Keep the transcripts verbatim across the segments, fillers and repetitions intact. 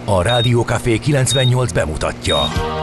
A Rádiókafé kilencvennyolc bemutatja.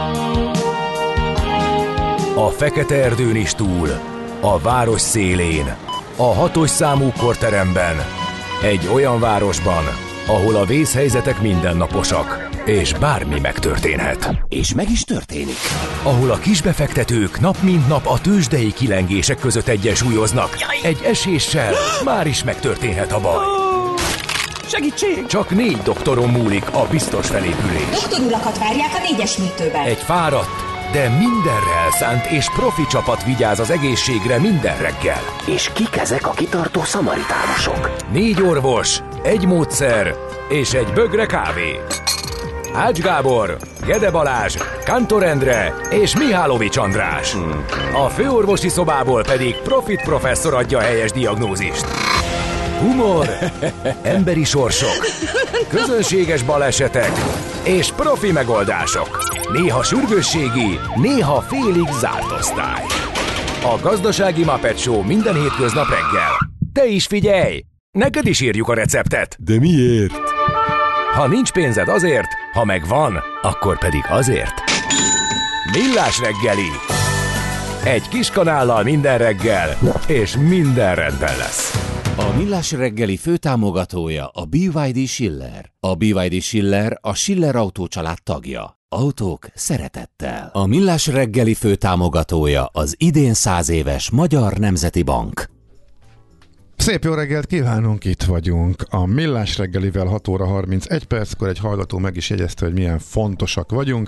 A fekete erdőn is túl, a város szélén, a hatos számú korteremben, egy olyan városban, ahol a vészhelyzetek mindennaposak, és bármi megtörténhet. És meg is történik. Ahol a kisbefektetők nap mint nap a tőzsdei kilengések között egyensúlyoznak. Egy eséssel már is megtörténhet a baj. Segítség! Csak négy doktoron múlik a biztos felépülés. Doktorulakat várják a négyes műtőben. Egy fáradt, de mindenre elszánt és profi csapat vigyáz az egészségre minden reggel. És kik ezek a kitartó szamaritánusok? Négy orvos, egy módszer és egy bögre kávé. Ács Gábor, Gede Balázs, Kántor Endre és Mihálovics András. A főorvosi szobából pedig Profit professzor adja a helyes diagnózist. Humor, emberi sorsok, közönséges balesetek és profi megoldások. Néha sürgősségi, néha félig zárt osztály. A Gazdasági Muppet Show minden hétköznap reggel. Te is figyelj! Neked is írjuk a receptet. De miért? Ha nincs pénzed azért, ha megvan, akkor pedig azért. Millás reggeli. Egy kis kanállal minden reggel, és minden rendben lesz. A Millás reggeli főtámogatója a bé vé dé Schiller. A bé vé dé Schiller a Schiller Autó család tagja. Autók szeretettel. A Millás reggeli főtámogatója az idén száz éves Magyar Nemzeti Bank. Szép jó reggelt kívánunk, itt vagyunk. A Millás reggelivel hat óra harmincegy perckor egy hallgató meg is jegyezte, hogy milyen fontosak vagyunk.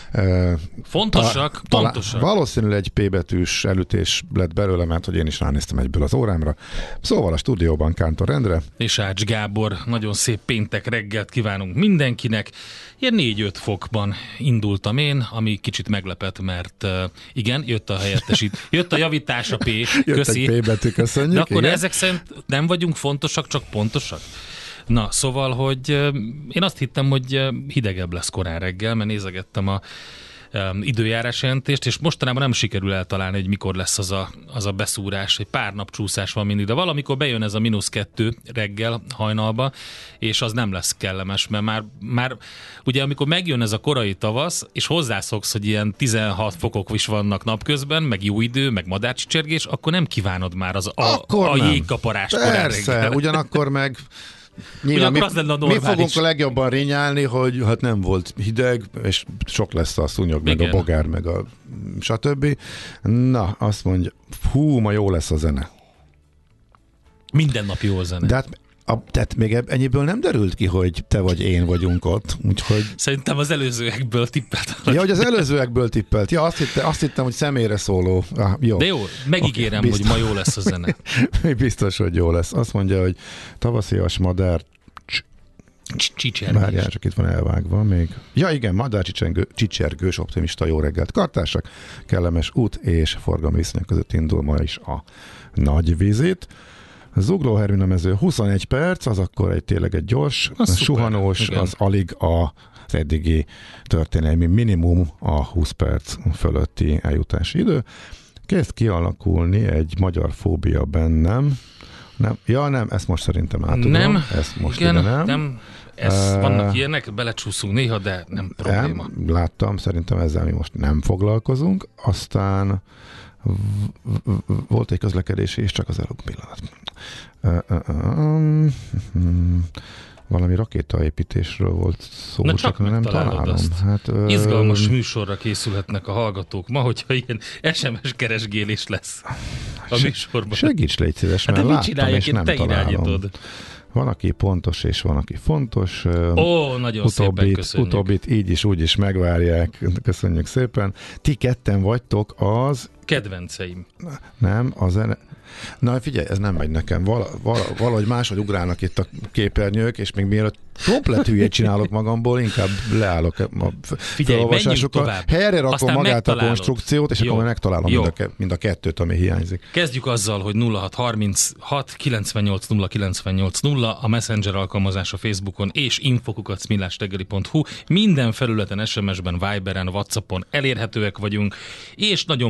Fontosak? Ta, pontosak. Valószínűleg egy P betűs elütés lett belőle, mert hogy én is ránéztem egyből az órámra. Szóval a stúdióban Kántor Endre. És Ács Gábor. Nagyon szép péntek reggelt kívánunk mindenkinek. Ilyen négy-öt fokban indultam én, ami kicsit meglepett, mert uh, igen, jött a helyettesít. Jött a javítás a P. Köszi. Jött egy P betű, köszönjük. De akkor igen. ezek szerint nem vagyunk fontosak, csak pontosak? Na, szóval, hogy uh, én azt hittem, hogy uh, hidegebb lesz korán reggel, mert nézegettem a um, időjárás jelentést, és mostanában nem sikerül eltalálni, hogy mikor lesz az a, az a beszúrás. Egy pár nap csúszás van mindig, de valamikor bejön ez a mínusz kettő reggel hajnalba, és az nem lesz kellemes, mert már, már ugye amikor megjön ez a korai tavasz, és hozzászoksz, hogy ilyen tizenhat fokok is vannak napközben, meg jó idő, meg madárcsicsergés, akkor nem kívánod már az a, a jégkaparás korán Persze, reggel. ugyanakkor meg nyilván mi, mi fogunk a legjobban rinyálni, hogy hát nem volt hideg, és sok lesz a szúnyog, meg igen. a bogár, meg a stb. Na, azt mondja, hú, ma jó lesz a zene. Minden nap jó a zene. De hát, a, tehát még ennyiből nem derült ki, hogy te vagy én vagyunk ott, úgyhogy... Szerintem az előzőekből tippelt. Ja, hogy az előzőekből tippelt. Ja, azt hittem, azt hittem hogy személyre szóló. Ah, jó. De jó, megígérem, okay, hogy ma jó lesz a zene. Biztos, hogy jó lesz. Azt mondja, hogy tavaszias madár Csicsergés. Várjál, csak itt van elvágva még. Ja igen, madár csicsergő, csicsergős optimista jó reggelt. Kartársak, kellemes út és forgalmi viszonyok között indul ma is a nagy vizit. Zugló Hermina mező huszonegy perc, az akkor egy tényleg egy gyors, az suhanós, szuper, az alig a az eddigi történelmi minimum a húsz perc fölötti eljutási idő. Kezd kialakulni egy magyar fóbia bennem. Nem, ja nem, ezt most szerintem átudom. Nem, ezt most igen, nem. nem. Ez, uh, vannak ilyenek, belecsúszunk néha, de nem probléma. Nem, láttam, szerintem ezzel mi most nem foglalkozunk. Aztán v- v- volt egy közlekedési, és csak az előbb pillanat. Uh, uh, uh, um, um, valami rakétaépítésről volt szó, Na, csak, csak nem találom. Hát, uh, izgalmas műsorra készülhetnek a hallgatók ma, hogyha ilyen es em es keresgélés lesz a se, műsorban. Segíts, légy szíves, hát mert de láttam, és nem te találom. irányítod. Van, aki pontos, és van, aki fontos. Ó, nagyon utóbbit, szépen köszönjük. Utóbbit így is, úgy is megvárják. Köszönjük szépen. Ti ketten vagytok az... Kedvenceim. Nem, az... Na figyelj, ez nem megy nekem. Val, val, valahogy máshogy ugrálnak itt a képernyők, és még mielőtt komplet hülyét csinálok magamból, inkább leállok a felolvasásokkal. Helyre rakom aztán magát a konstrukciót, és jó, akkor megtalálom jó. mind a, mind a kettőt, ami hiányzik. Kezdjük azzal, hogy nulla hat harminchat kilencvennyolc nulla kilencvennyolc nulla a Messenger alkalmazás a Facebookon és infokukac millásreggeli pont hu. Minden felületen es em es-ben, Viberen, WhatsAppon elérhetőek vagyunk, és nagyon boldog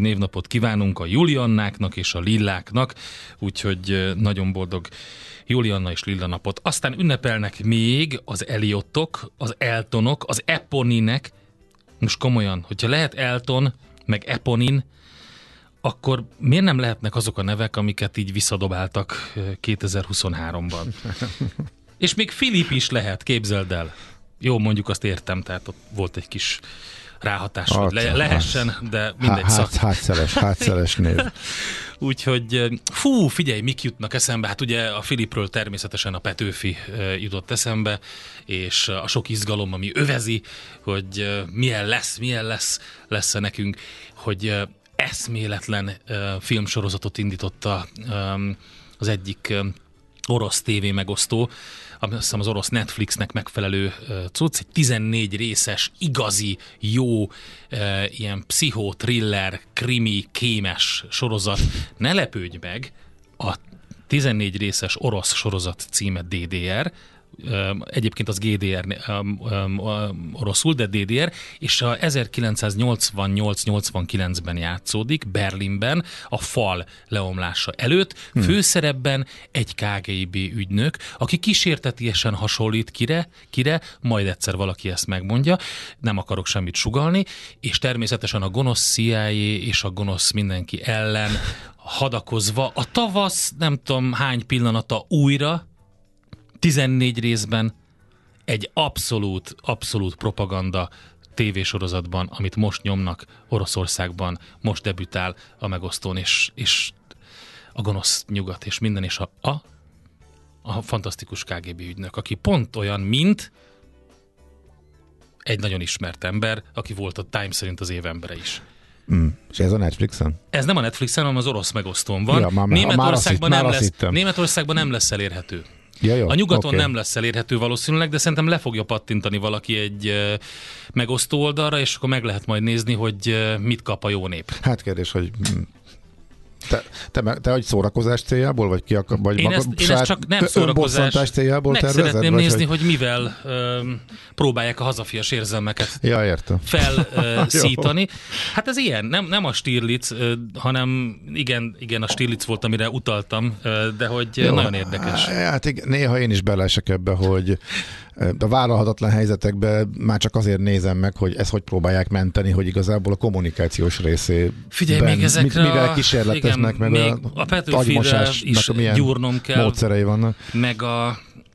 névnapot kívánunk a Juliannáknak és a Lilláknak, úgyhogy nagyon boldog Julianna és Lilla napot. Aztán ünnepelnek még az Eliottok, az Eltonok, az Eponinek. Most komolyan, hogyha lehet Elton, meg Eponin, akkor miért nem lehetnek azok a nevek, amiket így visszadobáltak kétezer-huszonháromban? És még Filip is lehet, képzeld el. Jó, mondjuk azt értem, tehát ott volt egy kis ráhatás, hogy le- lehessen, de mindegy hát, szak. Hátszeles, hátszeles név. Úgyhogy fú, figyelj, mik jutnak eszembe? Hát ugye a Filipről természetesen a Petőfi jutott eszembe, és a sok izgalom, ami övezi, hogy milyen lesz, milyen lesz, lesz nekünk, hogy eszméletlen filmsorozatot indította az egyik orosz tévé megosztó, azt hiszem az orosz Netflixnek megfelelő cucc, egy tizennégy részes, igazi, jó, e, ilyen pszichó-thriller, krimi, kémes sorozat. Ne lepődj meg, a tizennégy részes orosz sorozat címe dé dé er, egyébként az gé dé er oroszul, de dé dé er, és a ezerkilencszáznyolcvannyolc nyolcvankilencben játszódik, Berlinben, a fal leomlása előtt, hmm. főszerepben egy ká gé bé ügynök, aki kísértetiesen hasonlít kire, kire, majd egyszer valaki ezt megmondja, nem akarok semmit sugallni, és természetesen a gonosz cé i á és a gonosz mindenki ellen hadakozva, a tavasz nem tudom hány pillanata újra, tizennégy részben egy abszolút, abszolút propaganda tévésorozatban, amit most nyomnak Oroszországban, most debütál a megosztón, és, és a gonosz nyugat, és minden, és a, a, a fantasztikus ká gé bé ügynök, aki pont olyan, mint egy nagyon ismert ember, aki volt a Time szerint az évembere is. Mm. És ez a Netflixen? Ez nem a Netflixen, hanem az orosz megosztón van. Ja, már, Németországban, már nem azt, lesz, már Németországban nem lesz elérhető. Ja, jó, a nyugaton okay. nem lesz elérhető valószínűleg, de szerintem le fogja pattintani valaki egy uh, megosztó oldalra, és akkor meg lehet majd nézni, hogy uh, mit kap a jó nép. Hát kérdés, hogy te, te, te hogy szórakozás céljából, vagy ki akar, vagy én, maga, ezt, én ezt csak nem szórakozás céljából meg tervezed? Szeretném vagy nézni, hogy... hogy mivel um, próbálják a hazafias érzelmeket ja, értem. felszítani. Uh, hát ez ilyen, nem, nem a Stirlitz, uh, hanem igen, igen, a Stirlitz volt, amire utaltam, uh, de hogy jó, nagyon érdekes. Hát igen, néha én is belesek ebbe, hogy a vállalhatatlan helyzetekben már csak azért nézem meg, hogy ezt hogy próbálják menteni, hogy igazából a kommunikációs részében Figyelj, még ezekre mit, mivel a, kísérleteznek, igen, meg még a, a Petőfire is gyúrnom kell, módszerei vannak. Meg a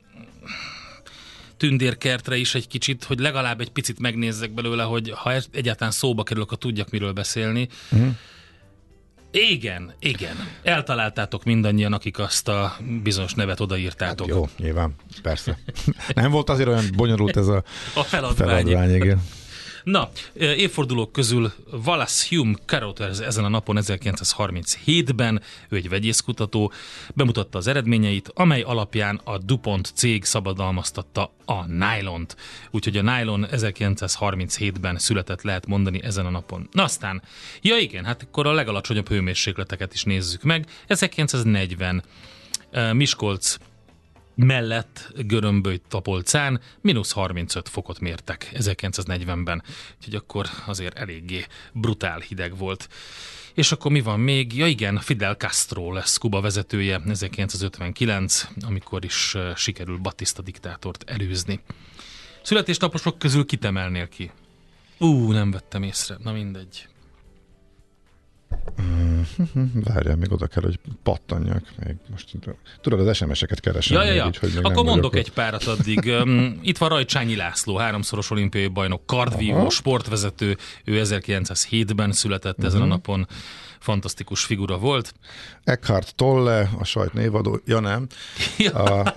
Tündérkertre is egy kicsit, hogy legalább egy picit megnézzek belőle, hogy ha egyáltalán szóba kerül, akkor tudjak miről beszélni. Uh-huh. Igen, igen. Eltaláltátok mindannyian, akik azt a bizonyos nevet odaírtátok. Hát jó, nyilván, persze. Nem volt azért olyan bonyolult ez a, a feladvány. feladvány, igen. Na, évfordulók közül Wallace Hume Carothers ezen a napon ezerkilencszázharminchétben, ő egy vegyészkutató, bemutatta az eredményeit, amely alapján a DuPont cég szabadalmaztatta a nylont. Úgyhogy a nylon ezerkilencszázharminchétben született, lehet mondani, ezen a napon. Na aztán, ja igen, hát akkor a legalacsonyabb hőmérsékleteket is nézzük meg. ezerkilencszáznegyven Miskolc mellett Görömböly-Tapolcán mínusz harmincöt fokot mértek ezerkilencszáznegyvenben. Úgyhogy akkor azért eléggé brutál hideg volt. És akkor mi van még? Ja igen, Fidel Castro lesz Kuba vezetője ezerkilencszázötvenkilenc, amikor is sikerül Batista diktátort elűzni. Születésnaposok közül kit emelnél ki? Ú, nem vettem észre. Na mindegy. Várjál, még oda kell, hogy pattanjak. Még most, tudod, az es em es-eket keresem. Ja, ja, ja. Így, hogy akkor mondok vagyok. Egy párat addig. Itt van Rajcsányi László, háromszoros olimpiai bajnok, kardvívó, aha, sportvezető. Ő ezerkilencszázhétben született, uh-huh, ezen a napon. Fantasztikus figura volt. Eckhart Tolle, a sajt névadó. Ja, nem. A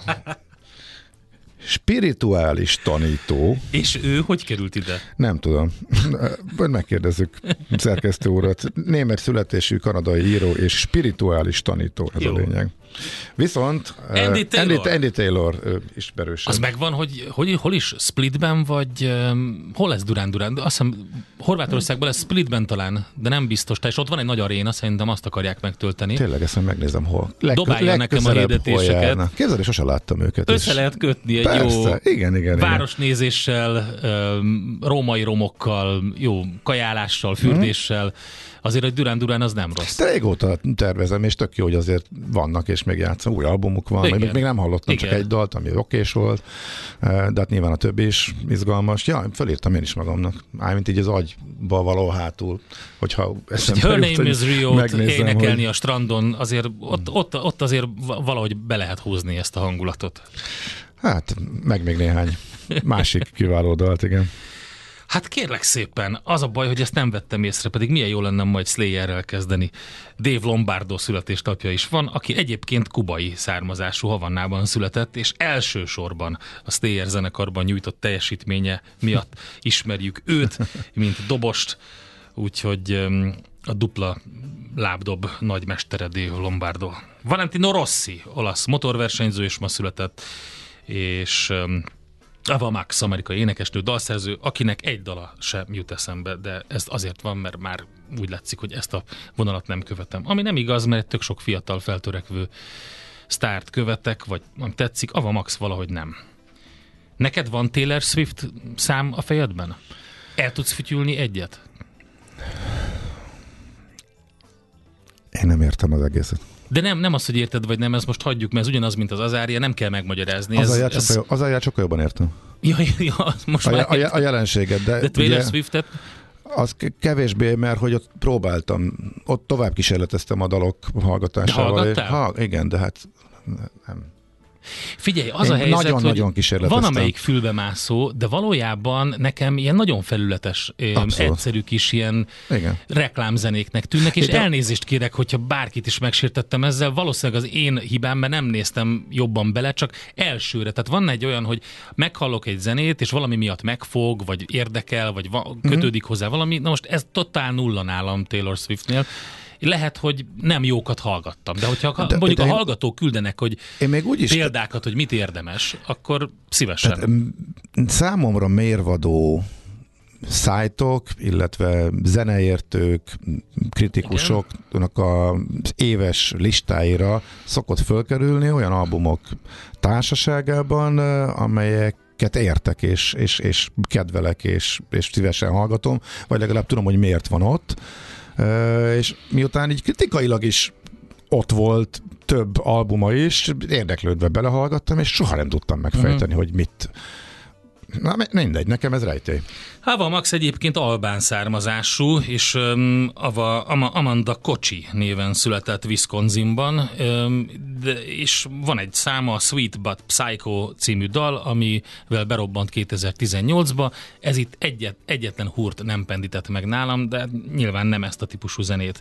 spirituális tanító. És ő hogy került ide? Nem tudom. Megkérdezzük szerkesztő urat. Német születésű kanadai író és spirituális tanító, ez jó a lényeg. Viszont Andy Taylor, Andy, Andy Taylor ismerősen. Az megvan, hogy, hogy hol is? Splitben, vagy um, hol lesz Durán Durán? Azt hiszem Horvátországban lesz Splitben talán, de nem biztos. És ott van egy nagy aréna, szerintem azt akarják megtölteni. Tényleg, ezt megnézem hol. Leg, Dobálja nekem a hirdetéseket. Képzeld, sose láttam őket. Össze lehet kötni egy Persze, jó igen, igen, városnézéssel, római romokkal, jó kajálással, fürdéssel, mm. azért, hogy Duran Duran az nem rossz. Ezt régóta tervezem, és tök jó, hogy azért vannak, és még játszom, új albumuk van, még, még nem hallottam igen. csak egy dalt, ami okés volt, de hát nyilván a többi is izgalmas. Ja, felírtam én is magamnak, mint így az agyba való hátul, hogyha eszembe Her Name is Rio-t énekelni hogy... a strandon, azért ott, ott, ott azért valahogy be lehet húzni ezt a hangulatot. Hát, meg még néhány másik kiváló dalt, igen. Hát kérlek szépen, az a baj, hogy ezt nem vettem észre, pedig milyen jó lenne majd Slayerrel kezdeni. Dave Lombardo születésnapja is van, aki egyébként kubai származású, Havannában született, és elsősorban a Slayer zenekarban nyújtott teljesítménye miatt ismerjük őt, mint dobost, úgyhogy a dupla lábdob nagymestere Dave Lombardo. Valentino Rossi, olasz motorversenyző, és ma született, és Ava Max, amerikai énekesnő, dalszerző, akinek egy dala sem jut eszembe, de ez azért van, mert már úgy látszik, hogy ezt a vonalat nem követem. Ami nem igaz, mert tök sok fiatal feltörekvő sztárt követek, vagy nem tetszik, Ava Max valahogy nem. Neked van Taylor Swift szám a fejedben? El tudsz fütyülni egyet? Én nem értem az egészet. De nem, nem az, hogy érted, vagy nem, ezt most hagyjuk, mert ez ugyanaz, mint az Azária, nem kell megmagyarázni. Az ez, ez... sokkal, az sokkal jobban értem. Ja, ja, most a, már a, a jelenséget. De, de Taylor Swiftet? Az kevésbé, mert hogy ott próbáltam, ott tovább kísérleteztem a dalok hallgatásával. De ha, igen, de hát nem. Figyelj, az Én a helyzet, nagyon, hogy nagyon van amelyik fülbemászó, de valójában nekem ilyen nagyon felületes, Abszolút. egyszerű kis ilyen Igen. reklámzenéknek tűnnek, és de... elnézést kérek, hogyha bárkit is megsértettem ezzel, valószínűleg az én hibám, mert nem néztem jobban bele, csak elsőre. Tehát van egy olyan, hogy meghallok egy zenét, és valami miatt megfog, vagy érdekel, vagy va- kötődik mm-hmm. hozzá valami. Na most ez totál nulla nálam Taylor Swiftnél. Lehet, hogy nem jókat hallgattam, de hogyha de, mondjuk de a én, hallgatók küldenek, hogy én még úgy is példákat, hogy mit érdemes, akkor szívesen. Tehát, számomra mérvadó szájtok, illetve zeneértők, kritikusoknak az éves listáira szokott fölkerülni olyan albumok társaságában, amelyek értek, és, és, és kedvelek, és, és szívesen hallgatom, vagy legalább tudom, hogy miért van ott. Uh, és miután így kritikailag is ott volt több albuma is, érdeklődve belehallgattam, és soha nem tudtam megfejteni, uh-huh. hogy mit. Na mindegy, nekem ez rejtély. Ava Max egyébként albán származású, és um, Ava, Amanda Kocsi néven született Wisconsinban, um, de, és van egy száma, a Sweet But Psycho című dal, amivel berobbant kétezer-tizennyolcba. Ez itt egyet, egyetlen húrt nem pendített meg nálam, de nyilván nem ezt a típusú zenét.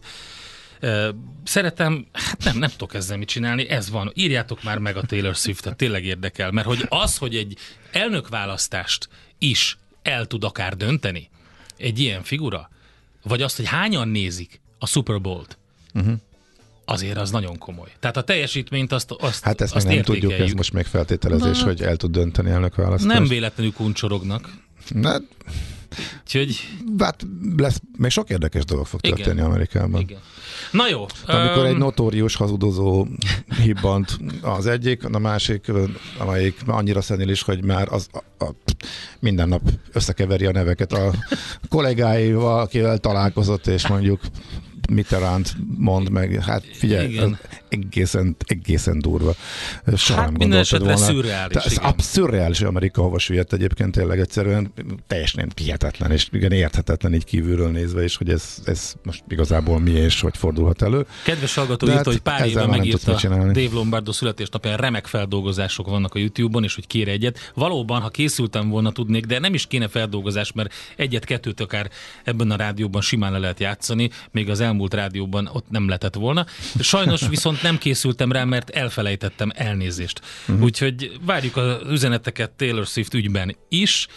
Uh, szeretem, hát nem, nem tudok ezzel mit csinálni, ez van. Írjátok már meg a Taylor Swiftet, tényleg érdekel, mert hogy az, hogy egy elnökválasztást is el tud akár dönteni, egy ilyen figura, vagy azt, hogy hányan nézik a Super Bowl-t, uh-huh. azért az nagyon komoly. Tehát a teljesítményt azt, azt Hát ezt azt még nem tudjuk, ez most még feltételezés, Na, hogy el tud dönteni elnökválasztást. Nem véletlenül kuncsorognak. Na, Úgyhogy... Hát lesz, még sok érdekes dolog fog Igen. történni Amerikában. Igen. Na jó. Amikor um... egy notórius hazudozó hibbant az egyik, a másik, amelyik annyira szenilis, hogy már az a, a, minden nap összekeveri a neveket a kollégáival, akivel találkozott, és mondjuk Mitterrand mond meg. Hát figyelj, egészen, egészen durva. Soha hát minden esetre szürreális. Ez abszürreális, hogy Amerika hova süllyedt egyébként, tényleg egyszerűen teljesen hihetetlen, és igen, érthetetlen így kívülről nézve, és hogy ez, ez most igazából mi és hogy fordulhat elő. Kedves hallgató írta, hát hogy pár éve megírta Dave Lombardo születésnapján, remek feldolgozások vannak a YouTube-on, és hogy kér egyet. Valóban, ha készültem volna, tudnék, de nem is kéne feldolgozás, mert egyet-kettőt akár ebben a rádióban simán le lehet játszani, még az elmúlt rádióban ott nem lehetett volna. Sajnos viszont nem készültem rá, mert elfelejtettem, elnézést. Uh-huh. Úgyhogy várjuk az üzeneteket Taylor Swift ügyben is,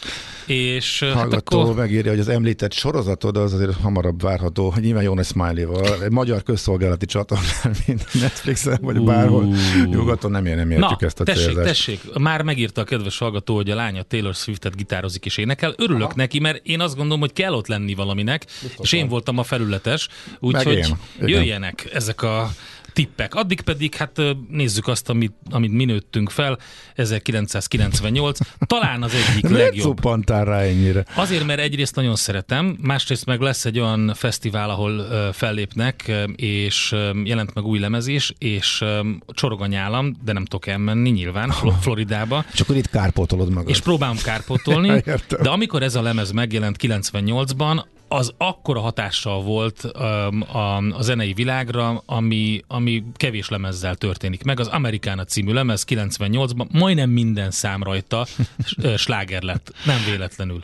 és hallgató hát akkor... megírja, hogy az említett sorozatod az azért hamarabb várható, nyilván Jonas Smiley-val, egy magyar közszolgálati csatornán, mint Netflixen, vagy uh. bárhol nyugaton nem, nem értjük Na, ezt a tessék, célzást. tessék, már megírta a kedves hallgató, hogy a lánya Taylor Swiftet gitározik és énekel. Örülök Aha. neki, mert én azt gondolom, hogy kell ott lenni valaminek, Biztos és én voltam a felületes, úgyhogy jöjjenek ezek a tippek. Addig pedig, hát nézzük azt, amit, amit mi nőttünk fel, ezerkilencszázkilencvennyolc, talán az egyik Miért legjobb. cuppantál rá ennyire? Azért, mert egyrészt nagyon szeretem, másrészt meg lesz egy olyan fesztivál, ahol uh, fellépnek, és uh, jelent meg új lemez is, és uh, csorog a nyálam, de nem tudok elmenni nyilván Floridába. És akkor itt kárpótolod magad. És próbálom kárpótolni, de amikor ez a lemez megjelent kilencvennyolcban, az akkora hatással volt um, a, a zenei világra, ami, ami kevés lemezzel történik meg. Az Americana című lemez kilencvennyolcban majdnem minden szám rajta sláger lett. Nem véletlenül.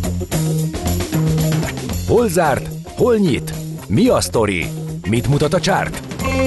Hol zárt? Hol nyit? Mi a sztori? Mit mutat a csárt?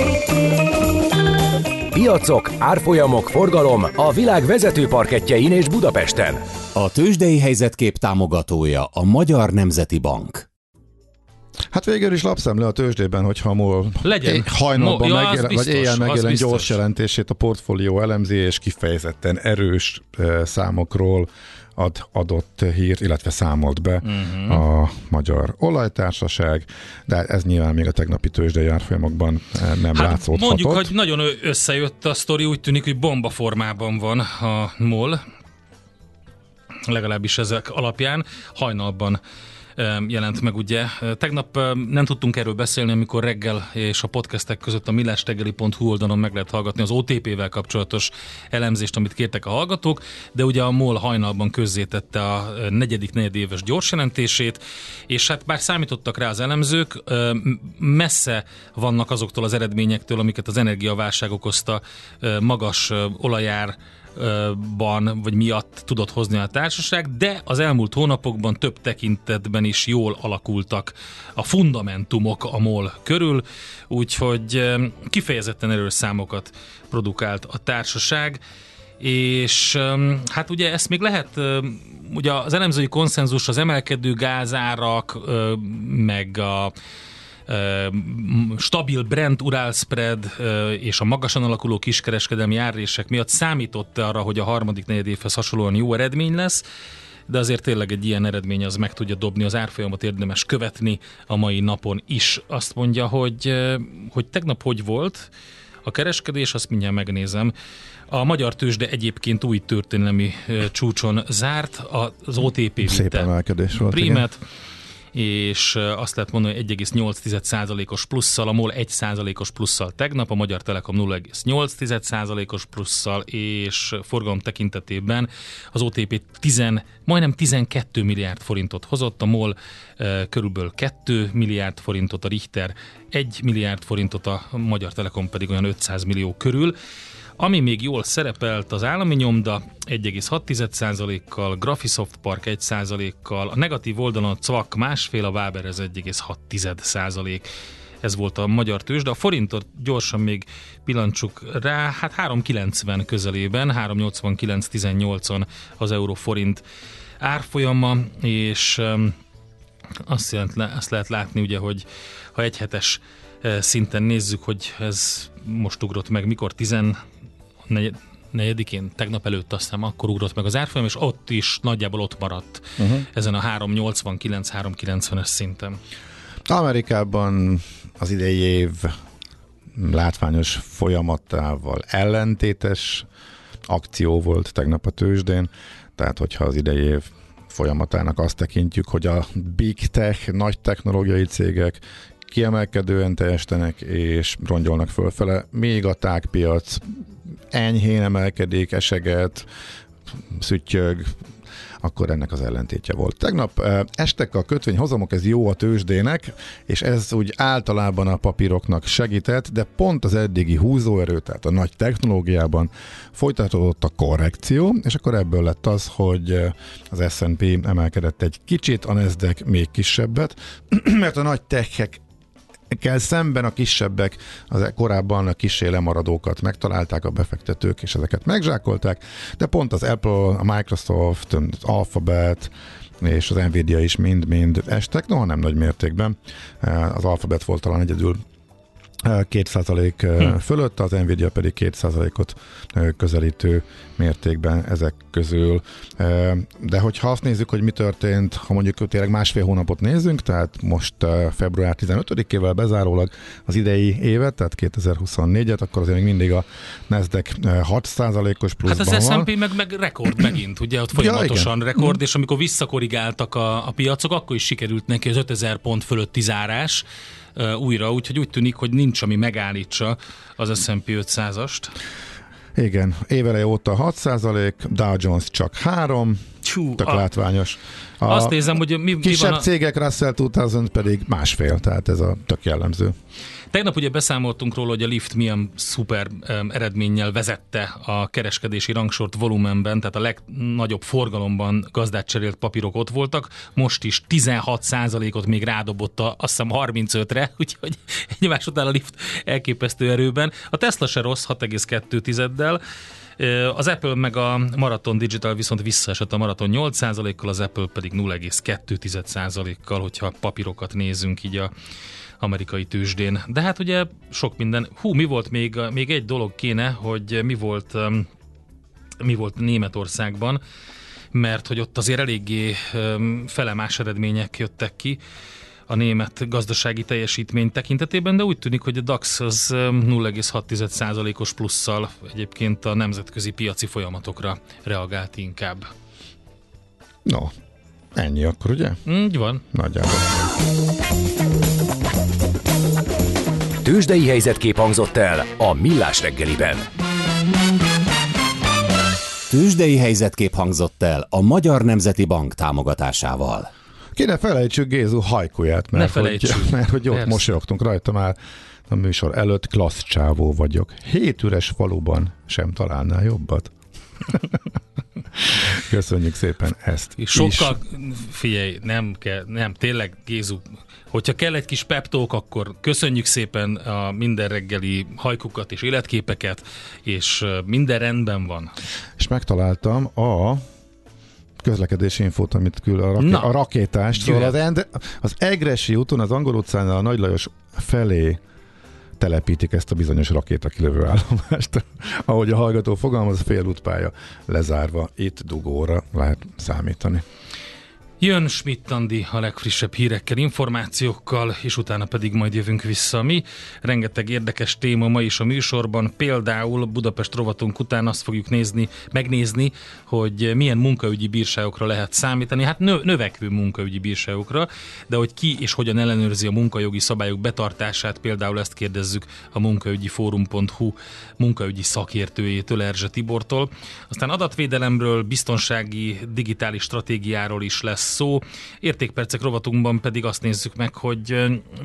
Piacok, árfolyamok, forgalom a világ vezető parkettjein és Budapesten. A tőzsdei helyzetkép támogatója a Magyar Nemzeti Bank. Hát végül is lapszem le a tőzsdében, hogyha a MOL Legyen. hajnalban Mo- ja, megjelen, biztos, vagy éjjel megjelent biztos. gyors jelentését a portfólió elemzi, és kifejezetten erős uh, számokról ad, adott hírt, illetve számolt be uh-huh. a Magyar Olajtársaság, de ez nyilván még a tegnapi tőzsdei árfolyamokban nem hát látszódhatott. Mondjuk, hogy nagyon összejött a sztori, úgy tűnik, hogy bomba formában van a MOL, legalábbis ezek alapján. Hajnalban jelent meg ugye. Tegnap nem tudtunk erről beszélni, amikor reggel és a podcastek között a millásreggeli pont hu oldalon meg lehet hallgatni az o té pé-vel kapcsolatos elemzést, amit kértek a hallgatók, de ugye a MOL hajnalban közzétette a negyedik negyedéves gyorsjelentését, és hát bár számítottak rá az elemzők, messze vannak azoktól az eredményektől, amiket az energiaválság okozta, magas olajár ban, vagy miatt tudott hozni a társaság, de az elmúlt hónapokban több tekintetben is jól alakultak a fundamentumok a MOL körül, úgyhogy kifejezetten erős számokat produkált a társaság, és hát ugye ezt még lehet, ugye az elemzői konszenzus, az emelkedő gázárak, meg a stabil Brent Ural spread és a magasan alakuló kiskereskedelmi árrések miatt számított arra, hogy a harmadik negyedévhez hasonlóan jó eredmény lesz, de azért tényleg egy ilyen eredmény az meg tudja dobni az árfolyamot, érdemes követni a mai napon is. Azt mondja, hogy, hogy tegnap hogy volt a kereskedés, azt mindjárt megnézem. A magyar tőzsde egyébként új történelmi csúcson zárt, az o té pé szép vitte emelkedés volt, prímet, és azt lehet mondani, hogy egy egész nyolc százalékos plusszal, a MOL egy százalékos plusszal tegnap, a Magyar Telekom nulla egész nyolc százalékos plusszal, és forgalom tekintetében az o té pé tíz, majdnem tizenkét milliárd forintot hozott, a MOL e, körülbelül két milliárd forintot, a Richter egy milliárd forintot, a Magyar Telekom pedig olyan ötszáz millió körül. Ami még jól szerepelt, az állami nyomda egy egész hat százalékkal, Graphisoft Park egy százalékkal, a negatív oldalon a cé vé á ká másfél, a Waber ez egy egész hat százalék. Ez volt a magyar tőzsde. A forintot gyorsan még pillantsuk rá, hát három kilencven közelében, három nyolcvankilenc tizennyolcon az euró forint árfolyama, és um, azt, jelent, azt lehet látni ugye, hogy ha egy hetes szinten nézzük, hogy ez most ugrott meg, mikor tizennegyedikén, tegnap előtt azt hiszem, akkor ugrott meg az árfolyam, és ott is nagyjából ott maradt uh-huh. ezen a három nyolcvankilenc három kilencvenes szinten. Amerikában az idei év látványos folyamatával ellentétes akció volt tegnap a tőzsdén, tehát hogyha az idei év folyamatának azt tekintjük, hogy a big tech, nagy technológiai cégek kiemelkedően teljesítenek és rongyolnak fölfele, még a tágpiac enyhén emelkedik, eseget, szüttyög, akkor ennek az ellentétje volt. Tegnap estek a kötvényhozamok, ez jó a tőzsdének, és ez úgy általában a papíroknak segített, de pont az eddigi húzóerő, tehát a nagy technológiában folytatódott a korrekció, és akkor ebből lett az, hogy az es and pé emelkedett egy kicsit, a Nasdaq még kisebbet, mert a nagy techek kell szemben a kisebbek, az korábban a kissé lemaradókat megtalálták a befektetők, és ezeket megzsákolták, de pont az Apple, a Microsoft, az Alphabet és az Nvidia is mind-mind estek, noha nem nagy mértékben. Az Alphabet volt talán egyedül két százalék hm. fölött, az Nvidia pedig két százalékot közelítő mértékben ezek közül. De hogyha azt nézzük, hogy mi történt, ha mondjuk tényleg másfél hónapot nézzünk, tehát most február tizenötödikével bezárólag az idei évet, tehát kétezer-huszonnégyet, akkor azért még mindig a Nasdaq hat százalékos pluszban van. Hát az es and pé meg, meg rekord megint, ugye ott folyamatosan ja, rekord, és amikor visszakorrigáltak a, a piacok, akkor is sikerült neki az ötezer pont fölötti zárás uh, újra, úgyhogy úgy tűnik, hogy nincs, ami megállítsa az es and pé ötszázast. Igen, éveleje óta hat százalék, Dow Jones csak három, Csú, tök a... látványos. A Azt nézem, hogy mi, kisebb mi van a... cégek, Russell kétezer pedig másfél, tehát ez a tök jellemző. Tegnap ugye beszámoltunk róla, hogy a Lyft milyen szuper um, eredménnyel vezette a kereskedési rangsort volumenben, tehát a legnagyobb forgalomban gazdát cserélt papírok ott voltak, most is tizenhat százalékot még rádobott a, azt hiszem harmincötre, úgyhogy egymás után a Lyft elképesztő erőben. A Tesla se rossz, hat egész kettő tizeddel. Az Apple meg a Marathon Digital viszont visszaesett, a Marathon nyolc százalékkal, az Apple pedig nulla egész kettő százalékkal, hogyha papírokat nézünk így a amerikai tőzsdén. De hát ugye sok minden. Hú, mi volt még, még egy dolog kéne, hogy mi volt, mi volt Németországban, mert hogy ott azért eléggé felemás eredmények jöttek ki a német gazdasági teljesítmény tekintetében, de úgy tűnik, hogy a DAX az nulla egész hat százalékos plusszal egyébként a nemzetközi piaci folyamatokra reagált inkább. No, ennyi akkor, ugye? Így van. Nagyjából. Tőzsdei helyzetkép hangzott el a Millás reggeliben. Tőzsdei helyzetkép hangzott el a Magyar Nemzeti Bank támogatásával. Kéne felejtsük Gézu hajkuját, mert, hogy, mert hogy ott mosolyogtunk rajta már a műsor előtt, klassz csávó vagyok. Hét üres faluban sem találnál jobbat. Köszönjük szépen ezt Sokkal, is. Figyelj, nem kell, nem, tényleg Gézu, hogyha kell egy kis peptók, akkor köszönjük szépen a minden reggeli hajkukat és életképeket, és minden rendben van. És megtaláltam a közlekedési infót, amit küld a, raké- a rakétást. Szóval az, Endre- az Egressy úton, az Angol utcánál a Nagy Lajos felé telepítik ezt a bizonyos rakétakilövő állomást. Ahogy a hallgató fogalmaz, félútpálya lezárva. Itt dugóra lehet számítani. Jön Schmidt Andi a legfrissebb hírekkel, információkkal, és utána pedig majd jövünk vissza mi. Rengeteg érdekes téma ma is a műsorban, például Budapest rovatunk után azt fogjuk nézni, megnézni, hogy milyen munkaügyi bírságokra lehet számítani. Hát nö- növekvő munkaügyi bírságokra, de hogy ki és hogyan ellenőrzi a munkajogi szabályok betartását, például ezt kérdezzük a munkaügyi fórum pont hu munkaügyi szakértőjétől, Erzse Tibortól. Aztán adatvédelemről, biztonsági digitális stratégiáról is lesz szó. Értékpercek rovatunkban pedig azt nézzük meg, hogy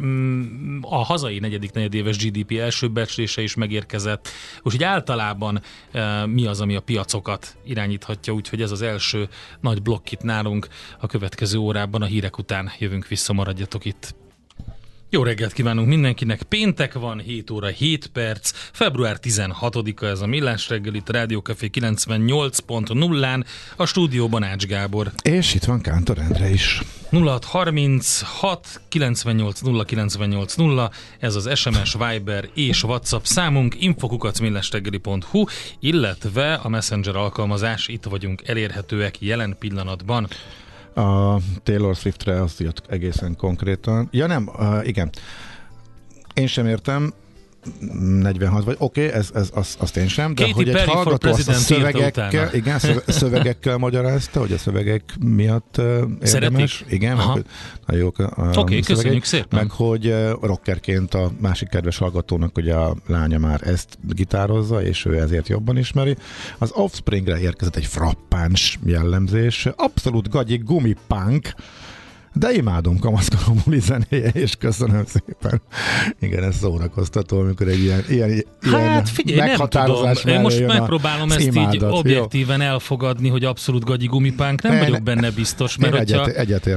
a hazai negyedik negyedéves gé dé pé első becslése is megérkezett. Úgyhogy általában mi az, ami a piacokat irányíthatja, úgyhogy ez az első nagy blokk itt nálunk a következő órában, a hírek után jövünk vissza, maradjatok itt. Jó reggelt kívánunk mindenkinek, péntek van, hét óra hét perc, február tizenhatodika ez a Millás reggel, itt a Rádió Café kilencvennyolc pont nullán, a stúdióban Ács Gábor. És itt van Kántor Endre is. nulla hat harminchat kilencvennyolc nulla kilencvennyolc nulla, ez az es em es, Viber és WhatsApp számunk, infokukac millásreggeli pont hu, illetve a Messenger alkalmazás, itt vagyunk elérhetőek jelen pillanatban. A Taylor Swiftre azt jött egészen konkrétan. Ja nem, uh, igen. Én sem értem, negyvenhat vagy, oké, okay, ez, ez, az, azt én sem, de Katy hogy egy Perry hallgató azt a szövegekkel, igen, szövegekkel magyarázta, hogy a szövegek miatt uh, érdemes. Szeretik? Igen, meg, nagyon jók a, a okay, köszönjük szépen. Meg hogy uh, rockerként a másik kedves hallgatónak, hogy a lánya már ezt gitározza, és ő ezért jobban ismeri. Az Offspringre érkezett egy frappáns jellemzés, abszolút gagyi gumipunk, de imádom kamaszkorom buli zenéje, és köszönöm szépen. Igen, ez szórakoztató, amikor egy ilyen, ilyen, hát, figyelj, ilyen meghatározás nem tudom. Én most megpróbálom ezt imádat. Így objektíven Jó. elfogadni, hogy abszolút gagyi gumipánk. Nem Én vagyok benne biztos, mert Én hogyha... egyet, egyetértek.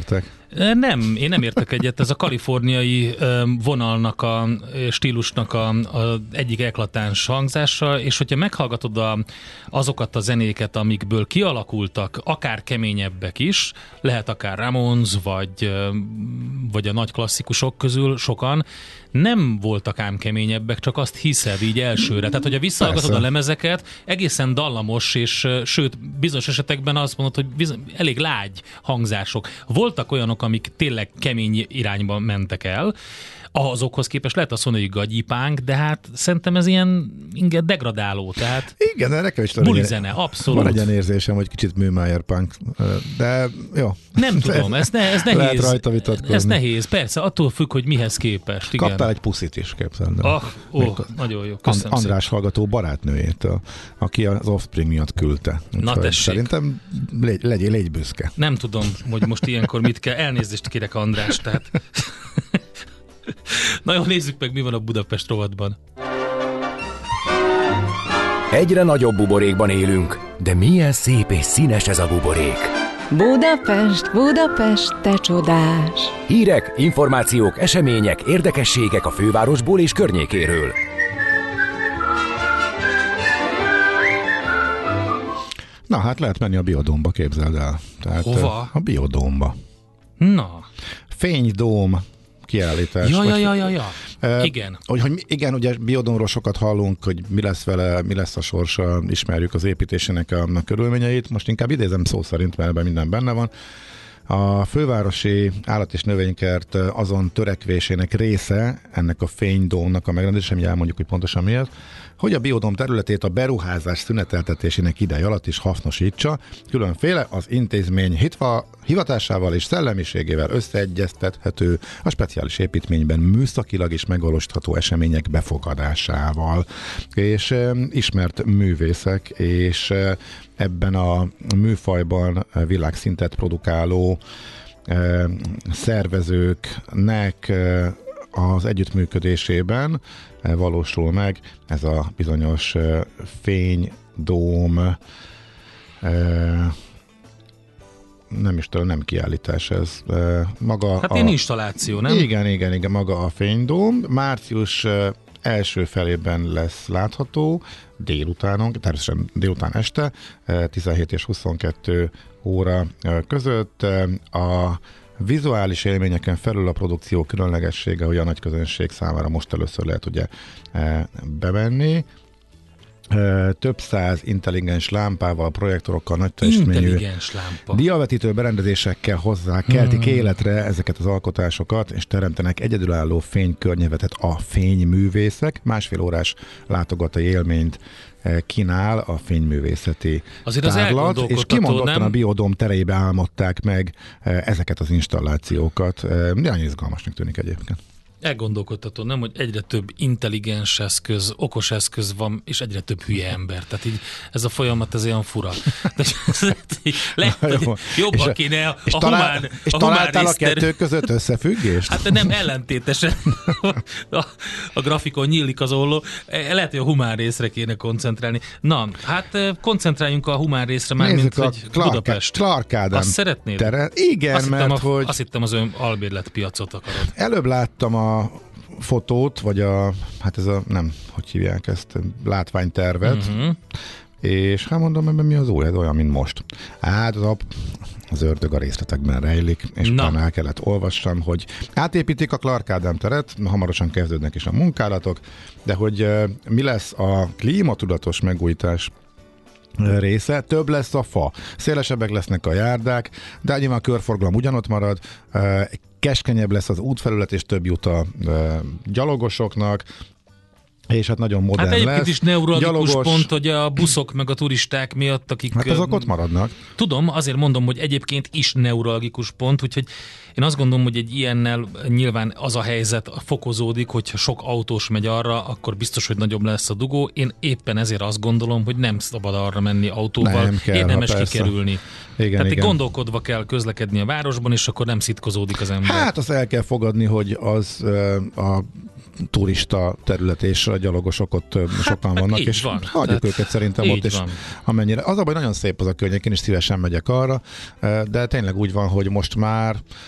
Nem, én nem értek egyet. Ez a kaliforniai vonalnak, a stílusnak a, a egyik eklatáns hangzása, és hogyha meghallgatod a, azokat a zenéket, amikből kialakultak, akár keményebbek is, lehet akár Ramones, vagy, vagy a nagy klasszikusok közül sokan, nem voltak ám keményebbek, csak azt hiszed így elsőre. Tehát, hogyha visszahallgatod Persze. a lemezeket, egészen dallamos, és sőt, bizonyos esetekben azt mondod, hogy bizony, elég lágy hangzások. Voltak olyanok, amik tényleg kemény irányba mentek el, azokhoz képest lehet azt mondani, hogy gagyipánk, de hát szerintem ez ilyen inkább degradáló, tehát igen, de nekem is buli zene, abszolút. Van egy ilyen érzésem, hogy kicsit Műmájer punk, de jó. Nem tudom, ez, ne, ez nehéz. Lehet rajta vitatkozni. Ez nehéz, persze, attól függ, hogy mihez képest. Igen. Kaptál egy puszit is, képzeld. Ah, ó, nagyon jó, köszönöm András szépen. hallgató barátnőjét, a, aki az Offspring miatt küldte. Na tessék. Szerintem légy, légy, légy büszke. Nem tudom, hogy most ilyenkor mit kell. Elnézést kérek, András, tehát... Na jó, nézzük meg, mi van a Budapest rovatban. Egyre nagyobb buborékban élünk, de milyen szép és színes ez a buborék. Budapest, Budapest, te csodás! Hírek, információk, események, érdekességek a fővárosból és környékéről. Na hát lehet menni a Biodómba, képzeld el. Tehát, hova? A Biodómba. Na. Fénydóm kiállítás. Ja, ja, ja, ja, ja. Uh, igen. Hogy, hogy igen, ugye Biodómról sokat hallunk, hogy mi lesz vele, mi lesz a sorsa, ismerjük az építésének a, a körülményeit. Most inkább idézem szó szerint, mert ebben minden benne van. A fővárosi állat- és növénykert azon törekvésének része, ennek a fénydómnak a megrendezése, mi elmondjuk, hogy pontosan miért, hogy a Biodóm területét a beruházás szüneteltetésének ideje alatt is hasznosítsa, különféle az intézmény hitva, hivatásával és szellemiségével összeegyeztethető a speciális építményben műszakilag is megvalósítható események befogadásával. És e, ismert művészek, és e, ebben a műfajban világszintet produkáló e, szervezőknek e, az együttműködésében valósul meg ez a bizonyos fénydóm, nem is tudom, nem kiállítás ez. Maga hát a, én installáció, nem? Igen, igen, igen, maga a fénydóm. Március első felében lesz látható, délutánon, természetesen délután este, tizenhét és huszonkettő óra között. A vizuális élményeken felül a produkció különlegessége, hogy a nagy közönség számára most először lehet ugye bemenni. Több száz intelligens lámpával, projektorokkal, nagy teljesítményű diavetítő berendezésekkel hozzá keltik hmm. életre ezeket az alkotásokat, és teremtenek egyedülálló fénykörnyezetet a fényművészek. Másfél órás látogatói élményt kínál a fényművészeti azért tárlat, az és kimondottan nem? A Biodóm tereibe álmodták meg ezeket az installációkat. Nagyon izgalmasnak tűnik egyébként. Elgondolkodtató, nem, hogy egyre több intelligens eszköz, okos eszköz van, és egyre több hülye ember. Tehát így ez a folyamat, ez olyan fura. De lehet, hogy jobban kéne a, és a talál, humán És a találtál humán a kettő között összefüggést? Hát nem ellentétesen. A, a grafikon nyílik az olló. Lehet, hogy a humán részre kéne koncentrálni. Na, hát koncentráljunk a humán részre már, Nézzük mint a hogy Clark, Budapest. Clark Ádám azt szeretnéd? Tere. Igen, azt mert hittem a, hogy... Azt hittem az ön albérletpiacot akarod. Előbb láttam a fotót, vagy a, hát ez a, nem, hogy hívják ezt, látványtervet, uh-huh. és hát mondom, ebben mi az új, ez olyan, mint most. Hát az, a, az ördög a részletekben rejlik, és utána el kellett olvassam, hogy átépítik a Clark Ádám teret, hamarosan kezdődnek is a munkálatok, de hogy uh, mi lesz a klímatudatos megújítás része, több lesz a fa, szélesebbek lesznek a járdák, de nyilván a körforgalom ugyanott marad, uh, keskenyebb lesz az útfelület, és több jut a uh, gyalogosoknak, és hát nagyon modern lesz. Hát egyébként lesz. is neuralgikus Gyalogos... pont, hogy a buszok meg a turisták miatt, akik... Hát azok ott maradnak. Tudom, azért mondom, hogy egyébként is neuralgikus pont, úgyhogy én azt gondolom, hogy egy ilyennel nyilván az a helyzet fokozódik, hogyha sok autós megy arra, akkor biztos, hogy nagyobb lesz a dugó. Én éppen ezért azt gondolom, hogy nem szabad arra menni autóval, nem kell, érdemes kikerülni. Igen, Tehát igen. gondolkodva kell közlekedni a városban, és akkor nem szitkozódik az ember. Hát azt el kell fogadni, hogy az a turista terület és a gyalogosok ott hát, sokan vannak, hát és van. hagyjuk Tehát őket szerintem ott, és van. amennyire. Az a baj, nagyon szép az a környék, én is szívesen megyek arra, de tényleg úgy van, hogy most már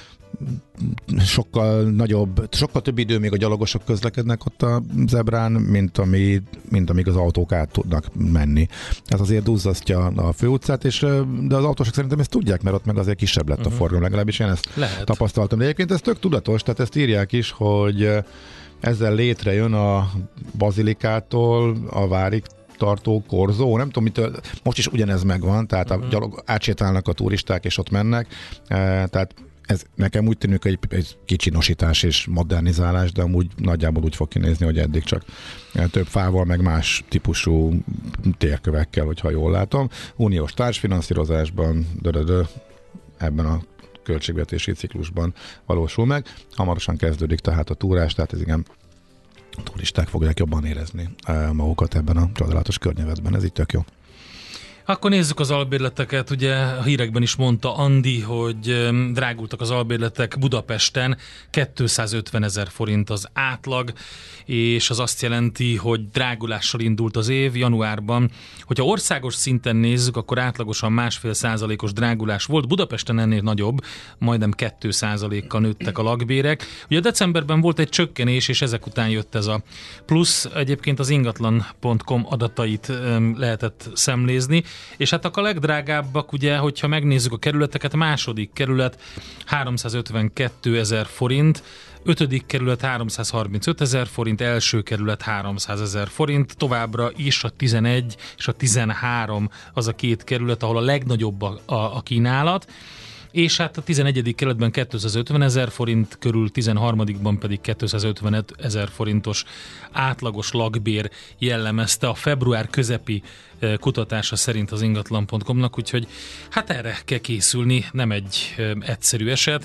sokkal nagyobb, sokkal több idő még a gyalogosok közlekednek ott a zebrán, mint, ami, mint amíg az autók át tudnak menni. Ez azért duzzasztja a főutcát, és, de az autósok szerintem ezt tudják, mert ott meg azért kisebb lett a uh-huh. forgalom, legalábbis én ezt Lehet. tapasztaltam. De egyébként ez tök tudatos, tehát ezt írják is, hogy ezzel létrejön a Bazilikától a Várig tartó korzó, nem tudom mitől, most is ugyanez megvan, tehát uh-huh. a gyalog, átsétálnak a turisták, és ott mennek, e, tehát ez nekem úgy tűnik, egy, egy kicsinosítás és modernizálás, de amúgy nagyjából úgy fog kinézni, hogy eddig csak több fával, meg más típusú térkövekkel, hogyha jól látom. Uniós társfinanszírozásban, dödödö, ebben a költségvetési ciklusban valósul meg. Hamarosan kezdődik tehát a túrás, tehát ez igen, a turisták fogják jobban érezni magukat ebben a csodálatos környezetben. Ez így tök jó. Akkor nézzük az albérleteket. Ugye a hírekben is mondta Andi, hogy drágultak az albérletek Budapesten, kétszázötven ezer forint az átlag, és az azt jelenti, hogy drágulással indult az év januárban. Hogyha országos szinten nézzük, akkor átlagosan másfél százalékos drágulás volt. Budapesten ennél nagyobb, majdnem két százalékkal nőttek a lakbérek. Ugye decemberben volt egy csökkenés, és ezek után jött ez a plusz. Egyébként az ingatlan pont com adatait lehetett szemlézni. És hát a legdrágábbak, ugye, hogyha megnézzük a kerületeket, második kerület háromszázötvenkettő ezer forint, ötödik kerület háromszázharmincöt ezer forint, első kerület háromszáz ezer forint, továbbra is a tizenegy és a tizenhárom az a két kerület, ahol a legnagyobb a, a, a kínálat, és hát a tizenegyedik kerületben kétszázötven ezer forint körül, tizenharmadikban pedig kétszázötven ezer forintos átlagos lakbér jellemezte a február közepi kutatása szerint az ingatlan pont com-nak, úgyhogy hát erre kell készülni, nem egy egyszerű eset,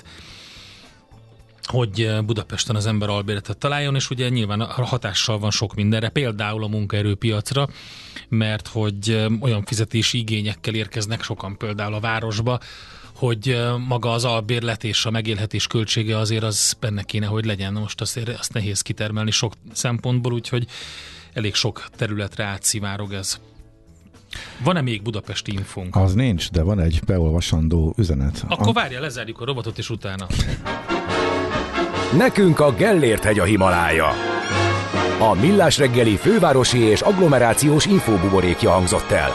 hogy Budapesten az ember albérletet találjon, és ugye nyilván hatással van sok mindenre, például a munkaerőpiacra, mert hogy olyan fizetési igényekkel érkeznek sokan például a városba, hogy maga az albérlet és a megélhetés költsége azért az benne kéne, hogy legyen. Most azért azt nehéz kitermelni sok szempontból, úgyhogy elég sok területre átszivárog ez. Van-e még budapesti infónk? Az nincs, de van egy beolvasandó üzenet. Akkor várja, lezárjuk a robotot, és utána. Nekünk a Gellért-hegy a Himalája. A Millás reggeli fővárosi és agglomerációs infóbuborékja hangzott el.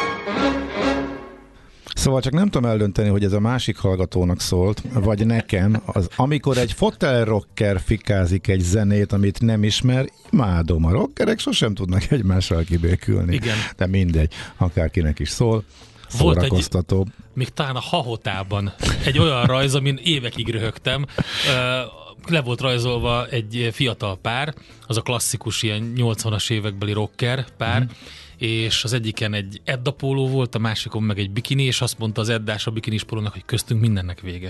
Szóval csak nem tudom eldönteni, hogy ez a másik hallgatónak szólt, vagy nekem, az, amikor egy fotelrocker fikázik egy zenét, amit nem ismer, imádom. A rockerek sosem tudnak egymással kibékülni. Igen. De mindegy, akárkinek is szól. Szórakoztató. Volt egy, még talán a Hahotában egy olyan rajz, amin évekig röhögtem. Le volt rajzolva egy fiatal pár, az a klasszikus ilyen nyolcvanas évekbeli rocker pár, mm. és az egyiken egy Edda póló volt, a másikon meg egy bikini, és azt mondta az Eddás a bikinis pólónak, hogy köztünk mindennek vége.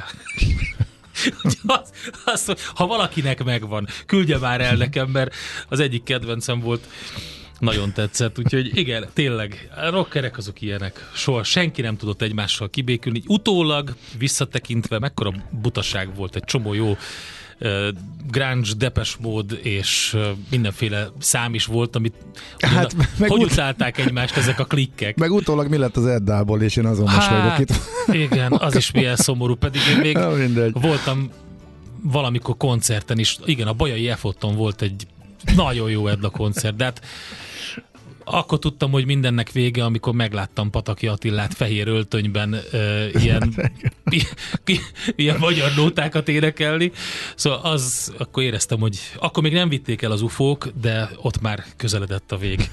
az, az, ha valakinek megvan, küldje már el nekem, mert az egyik kedvencem volt, nagyon tetszett, úgyhogy igen, tényleg, a rockerek azok ilyenek. Soha senki nem tudott egymással kibékülni. Utólag, visszatekintve, mekkora butaság volt, egy csomó jó Uh, grunge, Depeche Mode és uh, mindenféle szám is volt, amit hát, ugyan, meg hogy ut- utálták egymást ezek a klikkek. Meg utólag mi lett az Eddából, és én azon most vagyok itt. Igen, az is milyen szomorú, pedig én még ja, voltam valamikor koncerten is, igen, a Bajai Efotton volt egy nagyon jó Edda koncert, de hát akkor tudtam, hogy mindennek vége, amikor megláttam Pataki Attilát fehér öltönyben uh, ilyen, i, ilyen magyar nótákat énekelni. Szóval az, akkor éreztem, hogy akkor még nem vitték el az ufók, de ott már közeledett a vég.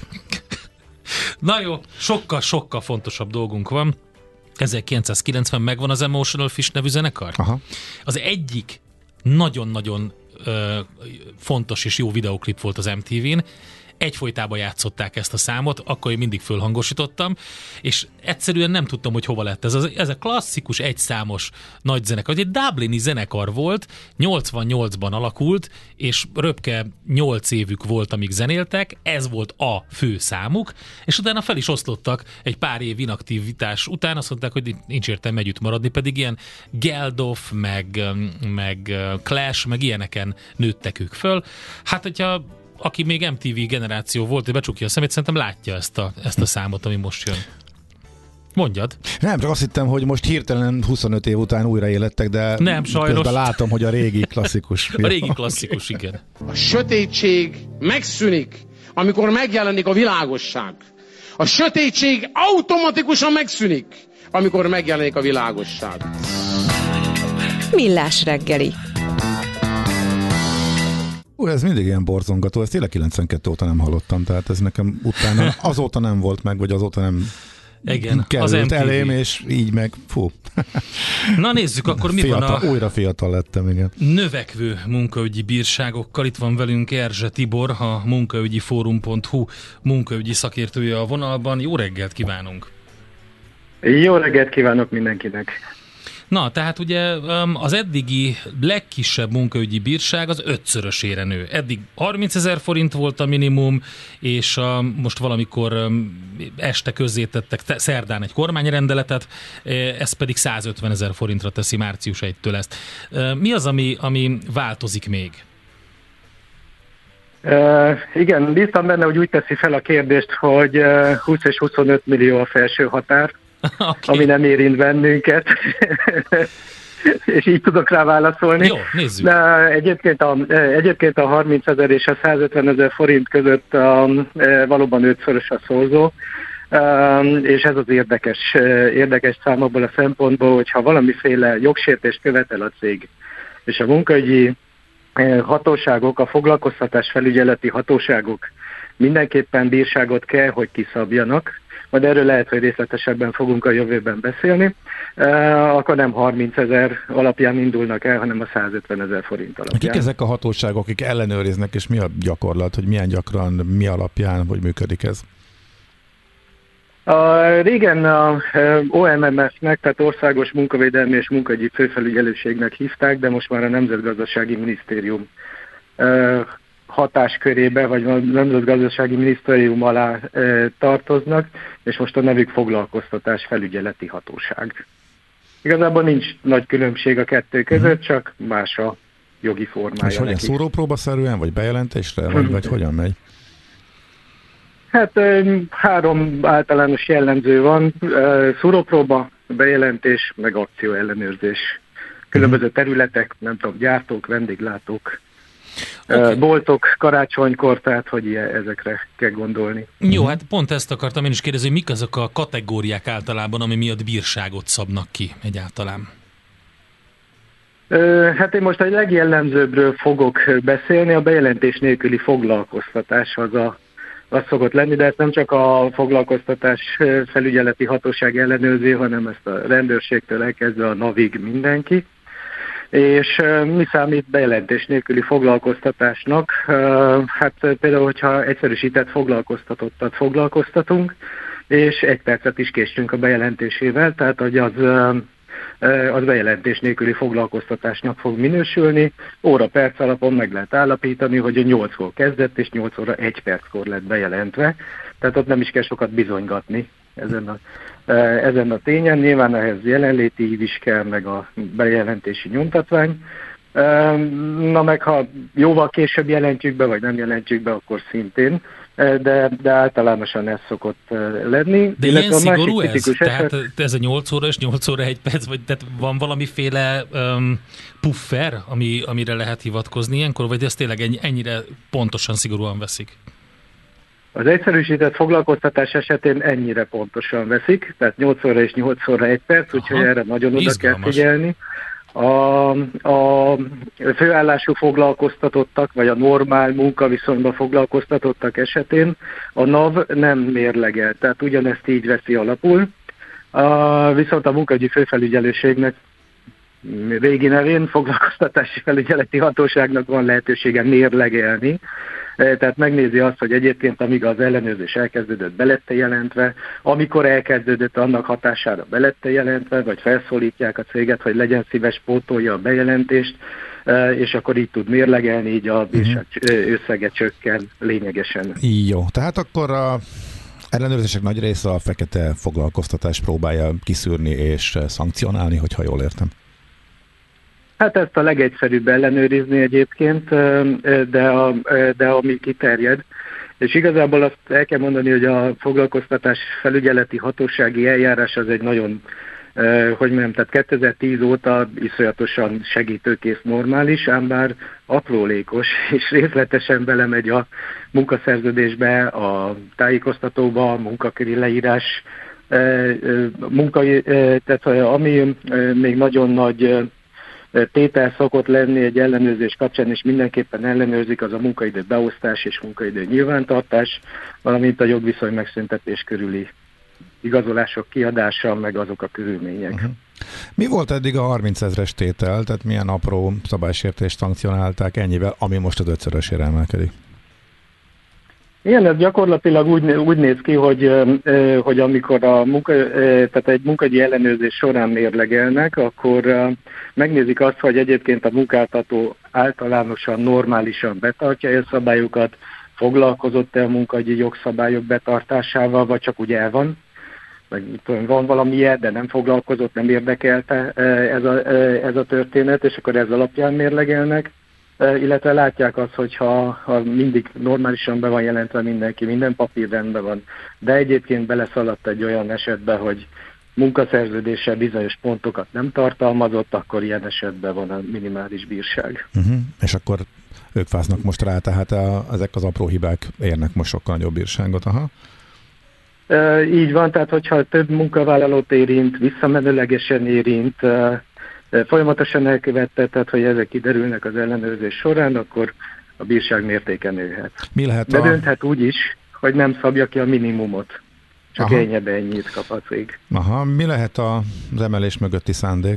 Na jó, sokkal-sokkal fontosabb dolgunk van. ezerkilencszázkilencven megvan az Emotional Fish nevű zenekar. Aha. Az egyik nagyon-nagyon uh, fontos és jó videoklip volt az em té vén. Egyfolytában játszották ezt a számot, akkor én mindig fölhangosítottam, és egyszerűen nem tudtam, hogy hova lett ez. Ez a klasszikus egyszámos nagy zenekar, egy dublini zenekar volt, nyolcvannyolcban alakult, és röpke nyolc évük volt, amíg zenéltek, ez volt a fő számuk, és utána fel is oszlottak egy pár év inaktivitás után, azt mondták, hogy nincs értelme együtt maradni, pedig ilyen Geldof, meg, meg Clash, meg ilyeneken nőttek ők föl. Hát, hogyha aki még em té vé generáció volt, hogy becsukja a szemét, szerintem látja ezt a, ezt a számot, ami most jön. Mondjad. Nem, csak azt hittem, hogy most hirtelen huszonöt év után újra élettek, de nem, sajnos. Közben látom, hogy a régi klasszikus. A régi klasszikus, igen. A sötétség megszűnik, amikor megjelenik a világosság. A sötétség automatikusan megszűnik, amikor megjelenik a világosság. Millás reggeli. Ú, ez mindig ilyen borzongató, ezt tényleg kilencvenkettő óta nem hallottam, tehát ez nekem utána azóta nem volt meg, vagy azóta nem igen, került elém, és így meg, fú. Na nézzük, akkor mi fiatal, van a... Újra fiatal lettem, igen. Növekvő munkaügyi bírságokkal. Itt van velünk Erzse Tibor, a munkaügyi fórum pont hu munkaügyi szakértője a vonalban. Jó reggelt kívánunk! Jó reggelt kívánok mindenkinek! Na, tehát ugye az eddigi legkisebb munkaügyi bírság az ötszörösére nő. Eddig harmincezer forint volt a minimum, és a, most valamikor este közzétettek szerdán egy kormányrendeletet, ez pedig százötvenezer forintra teszi március elsejétől ezt. Mi az, ami, ami változik még? Uh, igen, bíztam benne, hogy úgy teszi fel a kérdést, hogy uh, húsz és huszonöt millió a felső határ, okay, ami nem érint bennünket, és így tudok rá válaszolni. Jó, nézzük. De egyébként a, egyébként a harmincezer és a százötvenezer forint között a, valóban ötszörös a szorzó, és ez az érdekes, érdekes szám abból a szempontból, hogyha valamiféle jogsértést követel a cég, és a munkaügyi hatóságok, a foglalkoztatás felügyeleti hatóságok mindenképpen bírságot kell, hogy kiszabjanak, majd erről lehet, hogy részletesebben fogunk a jövőben beszélni, uh, akkor nem harmincezer alapján indulnak el, hanem a százötvenezer forint alapján. Kik ezek a hatóságok, akik ellenőriznek, és mi a gyakorlat, hogy milyen gyakran, mi alapján, hogy működik ez? A, régen a o em em ef-nek, tehát Országos Munkavédelmi és Munkahogyi Főfelügyelőségnek hívták, de most már a Nemzetgazdasági Minisztérium uh, hatáskörébe, vagy a Nemzetgazdasági Minisztérium alá e, tartoznak, és most a nevük Foglalkoztatás Felügyeleti Hatóság. Igazából nincs nagy különbség a kettő között, csak más a jogi formája. És hogyan, szórópróbaszerűen, vagy bejelentésre, vagy, vagy hogyan megy? Hát e, három általános jellemző van, e, szórópróba, bejelentés, meg akcióellenőrzés. Különböző területek, nem tudom, gyártók, vendéglátók, Okay. boltok karácsonykor, tehát hogy ilyen, ezekre kell gondolni. Jó, hát pont ezt akartam én is kérdezni, hogy mik azok a kategóriák általában, ami miatt bírságot szabnak ki egyáltalán? Hát én most egy legjellemzőbbről fogok beszélni, a bejelentés nélküli foglalkoztatás az, a, az szokott lenni, de ezt nem csak a foglalkoztatás felügyeleti hatóság ellenőrzi, hanem ezt a rendőrségtől elkezdve a navig mindenki. És uh, mi számít bejelentés nélküli foglalkoztatásnak? Uh, hát például, hogyha egyszerűsített foglalkoztatottat foglalkoztatunk, és egy percet is késünk a bejelentésével, tehát hogy az, uh, az bejelentés nélküli foglalkoztatásnak fog minősülni. Óra-perc alapon meg lehet állapítani, hogy a nyolckor kezdett, és nyolc óra egy perckor lett bejelentve, tehát ott nem is kell sokat bizonygatni ezen a ezen a tényen. Nyilván ehhez jelenléti ív is kell, meg a bejelentési nyomtatvány. Na meg ha jóval később jelentjük be, vagy nem jelentjük be, akkor szintén, de, de általánosan ez szokott lenni. De ilyen szigorú ez? Tehát ez a nyolc óra és nyolc óra egy perc, vagy tehát van valamiféle um, puffer, ami, amire lehet hivatkozni ilyenkor, vagy ez tényleg ennyire pontosan, szigorúan veszik? Az egyszerűsített foglalkoztatás esetén ennyire pontosan veszik, tehát nyolc óra és nyolc óra egy perc, úgyhogy erre nagyon oda kell figyelni. A, a főállású foglalkoztatottak, vagy a normál munkaviszonyban foglalkoztatottak esetén a NAV nem mérlegel, tehát ugyanezt így veszi alapul. A, viszont a munkahogyi főfelügyelőségnek régi nevén foglalkoztatási felügyeleti hatóságnak van lehetősége mérlegelni, tehát megnézi azt, hogy egyébként amíg az ellenőrzés elkezdődött, be lett-e jelentve, amikor elkezdődött, annak hatására be lett-e jelentve, vagy felszólítják a céget, hogy legyen szíves, pótolja a bejelentést, és akkor így tud mérlegelni, így a bírság összege csökken lényegesen. Jó, tehát akkor a ellenőrzések nagy része a fekete foglalkoztatás próbálja kiszűrni és szankcionálni, hogyha jól értem. Hát ezt a legegyszerűbb ellenőrizni egyébként, de, a, de ami kiterjed, És igazából azt el kell mondani, hogy a foglalkoztatás felügyeleti hatósági eljárás az egy nagyon, eh, hogy mondjam, tehát kétezer-tíz óta iszonyatosan segítőkész, normális, ám bár aprólékos, és részletesen belemegy a munkaszerződésbe, a tájékoztatóba, a munkaköri leírás, eh, eh, munkai, eh, tehát ami eh, még nagyon nagy eh, tétel szokott lenni egy ellenőrzés kapcsán, és mindenképpen ellenőrzik, az a munkaidő beosztás és munkaidő nyilvántartás, valamint a jogviszony megszüntetés körüli igazolások kiadása, meg azok a körülmények. Uh-huh. Mi volt eddig a harmincezres tétel, tehát milyen apró szabálysértést szankcionálták ennyivel, ami most az ötszörösére emelkedik? Igen, ez gyakorlatilag úgy, úgy néz ki, hogy, hogy amikor a munka, tehát egy munkagyi ellenőrzés során mérlegelnek, akkor megnézik azt, hogy egyébként a munkáltató általánosan, normálisan betartja a szabályokat, foglalkozott-e a munkagyi jogszabályok betartásával, vagy csak úgy el van, vagy van valami ilyen, de nem foglalkozott, nem érdekelte ez a, ez a történet, és akkor ez alapján mérlegelnek. Illetve látják azt, hogy ha, ha mindig normálisan be van jelentve mindenki, minden papír rendben van, de egyébként beleszaladt egy olyan esetben, hogy munkaszerződése bizonyos pontokat nem tartalmazott, akkor ilyen esetben van a minimális bírság. Uh-huh. És akkor ők fáznak most rá, tehát a, ezek az apró hibák érnek most sokkal nagyobb bírságot. Aha. E, így van, tehát hogyha több munkavállalót érint, visszamenőlegesen érint, folyamatosan elkövette, tehát hogy ezek kiderülnek az ellenőrzés során, akkor a bírság mértéke nőhet. Mi lehet De a... dönthet úgy is, hogy nem szabja ki a minimumot. Csak ennyibe ennyit kap a cég. Aha, mi lehet az emelés mögötti szándék?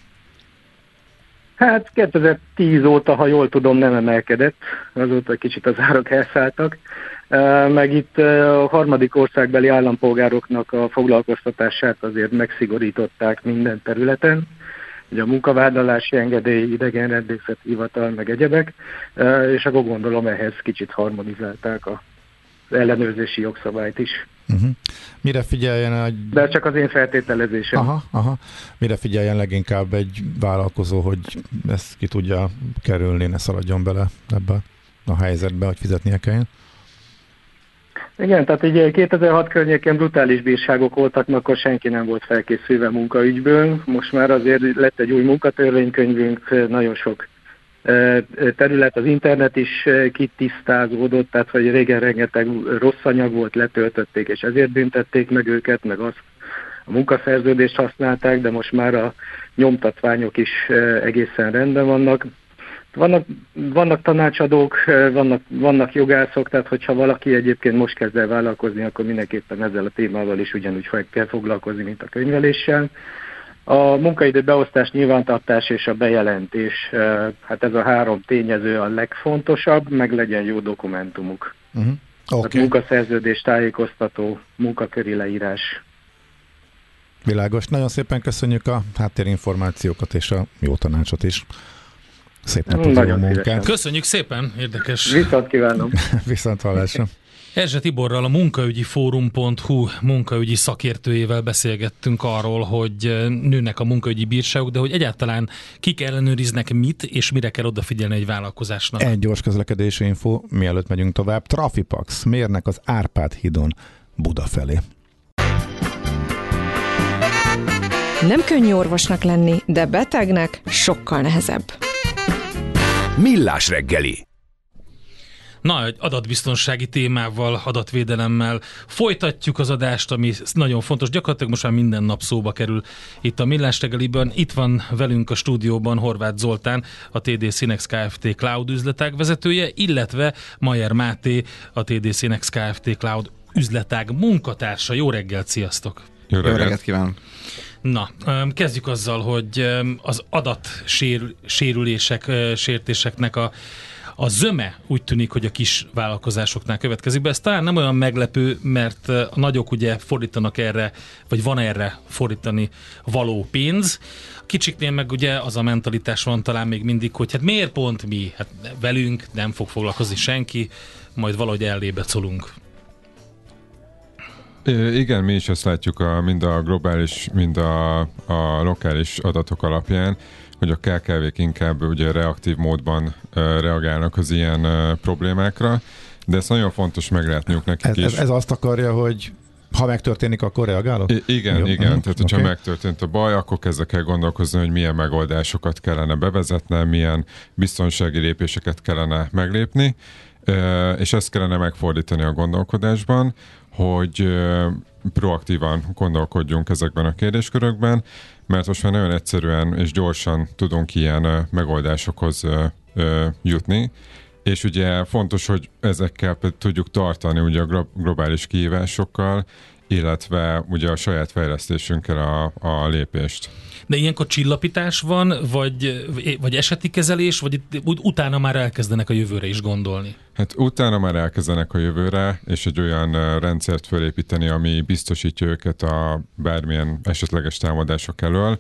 Hát kétezer-tíz óta, ha jól tudom, nem emelkedett. Azóta kicsit az árak elszálltak. Meg itt a harmadik országbeli állampolgároknak a foglalkoztatását azért megszigorították minden területen. Ugye a munkavállalási engedély, idegenrendészeti hivatal, meg egyebek, és akkor gondolom ehhez kicsit harmonizálták az ellenőrzési jogszabályt is. Uh-huh. Mire figyeljen egy... De csak az én feltételezésem. Aha, aha. Mire figyeljen leginkább egy vállalkozó, hogy ezt ki tudja kerülni, ne szaladjon bele ebbe a helyzetbe, hogy fizetnie kelljen? Igen, tehát így kétezer-hat környékén brutális bírságok voltak, mert akkor senki nem volt felkészülve munkaügyből. Most már azért lett egy új munkatörvénykönyvünk, nagyon sok terület, az internet is kitisztázódott, tehát hogy régen rengeteg rossz anyag volt, letöltötték, és ezért büntették meg őket, meg azt a munkaszerződést használták, de most már a nyomtatványok is egészen rendben vannak. Vannak, vannak tanácsadók, vannak, vannak jogászok, tehát hogyha valaki egyébként most kezd el vállalkozni, akkor mindenképpen ezzel a témával is ugyanúgy kell foglalkozni, mint a könyveléssel. A munkaidő beosztás, nyilvántartás és a bejelentés, hát ez a három tényező a legfontosabb, meg legyen jó dokumentumuk. Uh-huh. Okay. Munkaszerződés, tájékoztató, munkaköri leírás. Világos. Nagyon szépen köszönjük a háttérinformációkat és a jó tanácsot is. Szép napot, jó munkát. Köszönjük szépen, érdekes. Viszont kívánom. Viszont hallásra. Erzse Tiborral, a munkaügyi fórum pont hu munkaügyi szakértőjével beszélgettünk arról, hogy nőnek a munkaügyi bírságok, de hogy egyáltalán kik ellenőriznek mit, és mire kell odafigyelni egy vállalkozásnak. Egy gyors közlekedési info, mielőtt megyünk tovább. Trafipax mérnek az Árpád hídon Buda felé. Nem könnyű orvosnak lenni, de betegnek sokkal nehezebb. Millás reggeli. Na, egy adatbiztonsági témával, adatvédelemmel folytatjuk az adást, ami nagyon fontos. Gyakorlatilag most már minden nap szóba kerül itt a Millás reggeliben. Itt van velünk a stúdióban Horváth Zoltán, a té dé Synex Kft. Cloud üzletág vezetője, illetve Mayer Máté, a té dé Synex Kft. Cloud üzletág munkatársa. Jó reggelt, sziasztok! Jó reggelt, Jó reggelt kívánok! Na, kezdjük azzal, hogy az adatsérülések, sértéseknek a, a zöme úgy tűnik, hogy a kis vállalkozásoknál következik be. Ez talán nem olyan meglepő, mert a nagyok ugye fordítanak erre, vagy van erre fordítani való pénz. A kicsiknél meg ugye az a mentalitás van talán még mindig, hogy hát miért pont mi? Hát velünk nem fog foglalkozni senki, majd valahogy ellébe szólunk. Igen, mi is azt látjuk a, mind a globális, mind a, a lokális adatok alapján, hogy a ká ká vék inkább ugye reaktív módban uh, reagálnak az ilyen uh, problémákra, de ezt nagyon fontos meglátniuk nekik ez, is. Ez, ez azt akarja, hogy ha megtörténik, akkor reagálok? I- igen, Jó, igen. Uh-huh. Tehát, hogyha okay. megtörtént a baj, akkor kezdve kell gondolkozni, hogy milyen megoldásokat kellene bevezetni, milyen biztonsági lépéseket kellene meglépni, és ezt kellene megfordítani a gondolkodásban, hogy proaktívan gondolkodjunk ezekben a kérdéskörökben, mert most már nagyon egyszerűen és gyorsan tudunk ilyen megoldásokhoz jutni, és ugye fontos, hogy ezekkel tudjuk tartani ugye a globális kihívásokkal, illetve ugye a saját fejlesztésünkkel a, a lépést. De ilyenkor csillapítás van, vagy, vagy eseti kezelés, vagy utána már elkezdenek a jövőre is gondolni? Hát utána már elkezdenek a jövőre, és egy olyan rendszert fölépíteni, ami biztosítja őket a bármilyen esetleges támadások elől,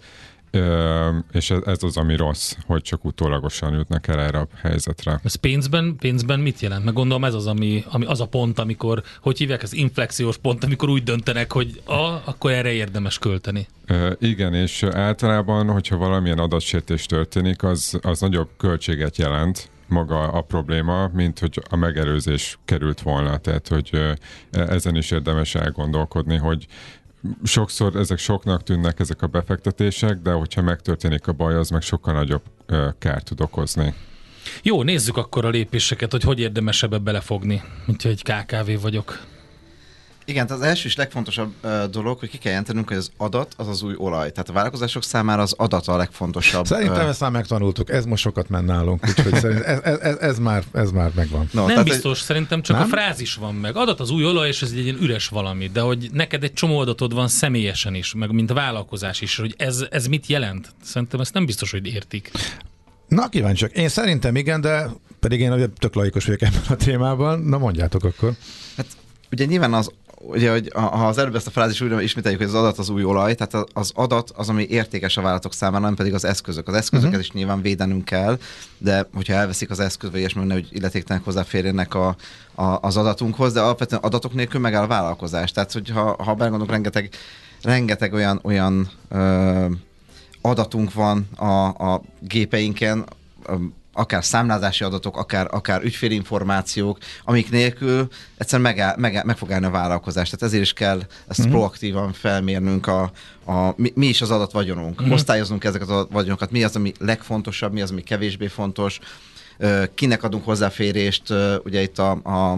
és ez az, ami rossz, hogy csak utólagosan jutnak el erre a helyzetre. Ez pénzben, pénzben mit jelent? Meg gondolom ez az, ami, ami az a pont, amikor, hogy hívják, ez inflexiós pont, amikor úgy döntenek, hogy a, akkor erre érdemes költeni. E, igen, és általában, hogyha valamilyen adatsértés történik, az, az nagyobb költséget jelent, maga a probléma, mint hogy a megelőzés került volna. Tehát, hogy ezen is érdemes elgondolkodni, hogy sokszor ezek soknak tűnnek ezek a befektetések, de hogyha megtörténik a baj, az meg sokkal nagyobb ö, kárt tud okozni. Jó, nézzük akkor a lépéseket, hogy hogy érdemes ebbe belefogni, mint hogy egy ká ká vé vagyok. Igen, tehát az első és legfontosabb uh, dolog, hogy ki kell jelentenünk, hogy az adat az az új olaj. Tehát a vállalkozások számára az adat a legfontosabb. Szerintem uh, ezt már megtanultuk, ez most sokat ment nálunk, úgyhogy szerintem ez, ez, ez, ez, már, ez már megvan. No, nem biztos, egy... szerintem csak nem? A frázis van meg. Adat az új olaj, és ez egy ilyen üres valami, de hogy neked egy csomó adatod van személyesen is, meg mint a vállalkozás is, hogy ez, ez mit jelent? Szerintem ezt nem biztos, hogy értik. Na kíváncsiak. Én szerintem igen, de pedig én tök laikus vagyok ebben a témában. Na mondjátok akkor. Hát ugye nyilván az ugye, hogy ha az előbb ezt a frázis újra ismételjük, hogy az adat az új olaj, tehát az adat az, ami értékes a vállalatok számára, nem pedig az eszközök. Az eszközöket uh-huh. is nyilván védenünk kell, de hogyha elveszik az eszköz, vagy ilyesmi, hogy illetéktelenek hozzáférjenek a, a, az adatunkhoz, de alapvetően adatok nélkül megáll a vállalkozás. Tehát, hogyha ha belegondolunk, rengeteg, rengeteg olyan, olyan ö, adatunk van a, a gépeinken, ö, akár számlázási adatok, akár, akár ügyfélinformációk, amik nélkül egyszerűen megáll, megáll, meg fog állni a vállalkozás. Tehát ezért is kell ezt uh-huh. proaktívan felmérnünk, a, a, mi, mi is az adatvagyonunk. Uh-huh. Osztályoznunk ezeket a vagyonokat, mi az, ami legfontosabb, mi az, ami kevésbé fontos, kinek adunk hozzáférést, ugye itt a, a,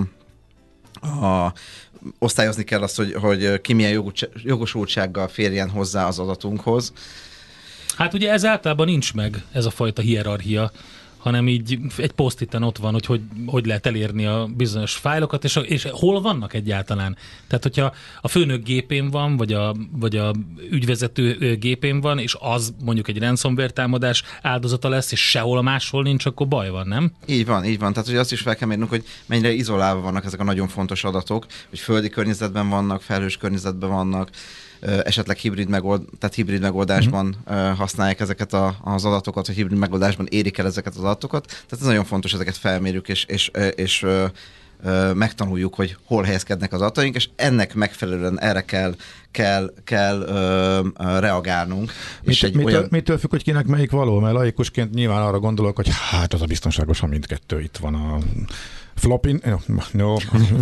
a osztályozni kell azt, hogy, hogy ki milyen jogosultsággal férjen hozzá az adatunkhoz. Hát ugye ez általában nincs meg, ez a fajta hierarchia, hanem így egy post-iten ott van, hogy, hogy hogy lehet elérni a bizonyos fájlokat, és, a, és hol vannak egyáltalán. Tehát, hogyha a főnök gépén van, vagy a, vagy a ügyvezető gépén van, és az mondjuk egy ransomware támadás áldozata lesz, és sehol máshol nincs, akkor baj van, nem? Így van, így van. Tehát, hogy azt is fel kell mérnünk, hogy mennyire izolálva vannak ezek a nagyon fontos adatok, hogy földi környezetben vannak, felhős környezetben vannak, esetleg hibrid, megold, tehát hibrid megoldásban uh-huh. használják ezeket a, az adatokat, vagy hibrid megoldásban érik el ezeket az adatokat. Tehát ez nagyon fontos, ezeket felmérjük, és, és, és, és megtanuljuk, hogy hol helyezkednek az adataink, és ennek megfelelően erre kell, kell, kell ö, ö, reagálnunk. Mit, és egy mitől, olyan... mitől függ, hogy kinek melyik való? Mert laikusként nyilván arra gondolok, hogy hát az a biztonságosan mindkettő. Itt van a Flopin, no, no.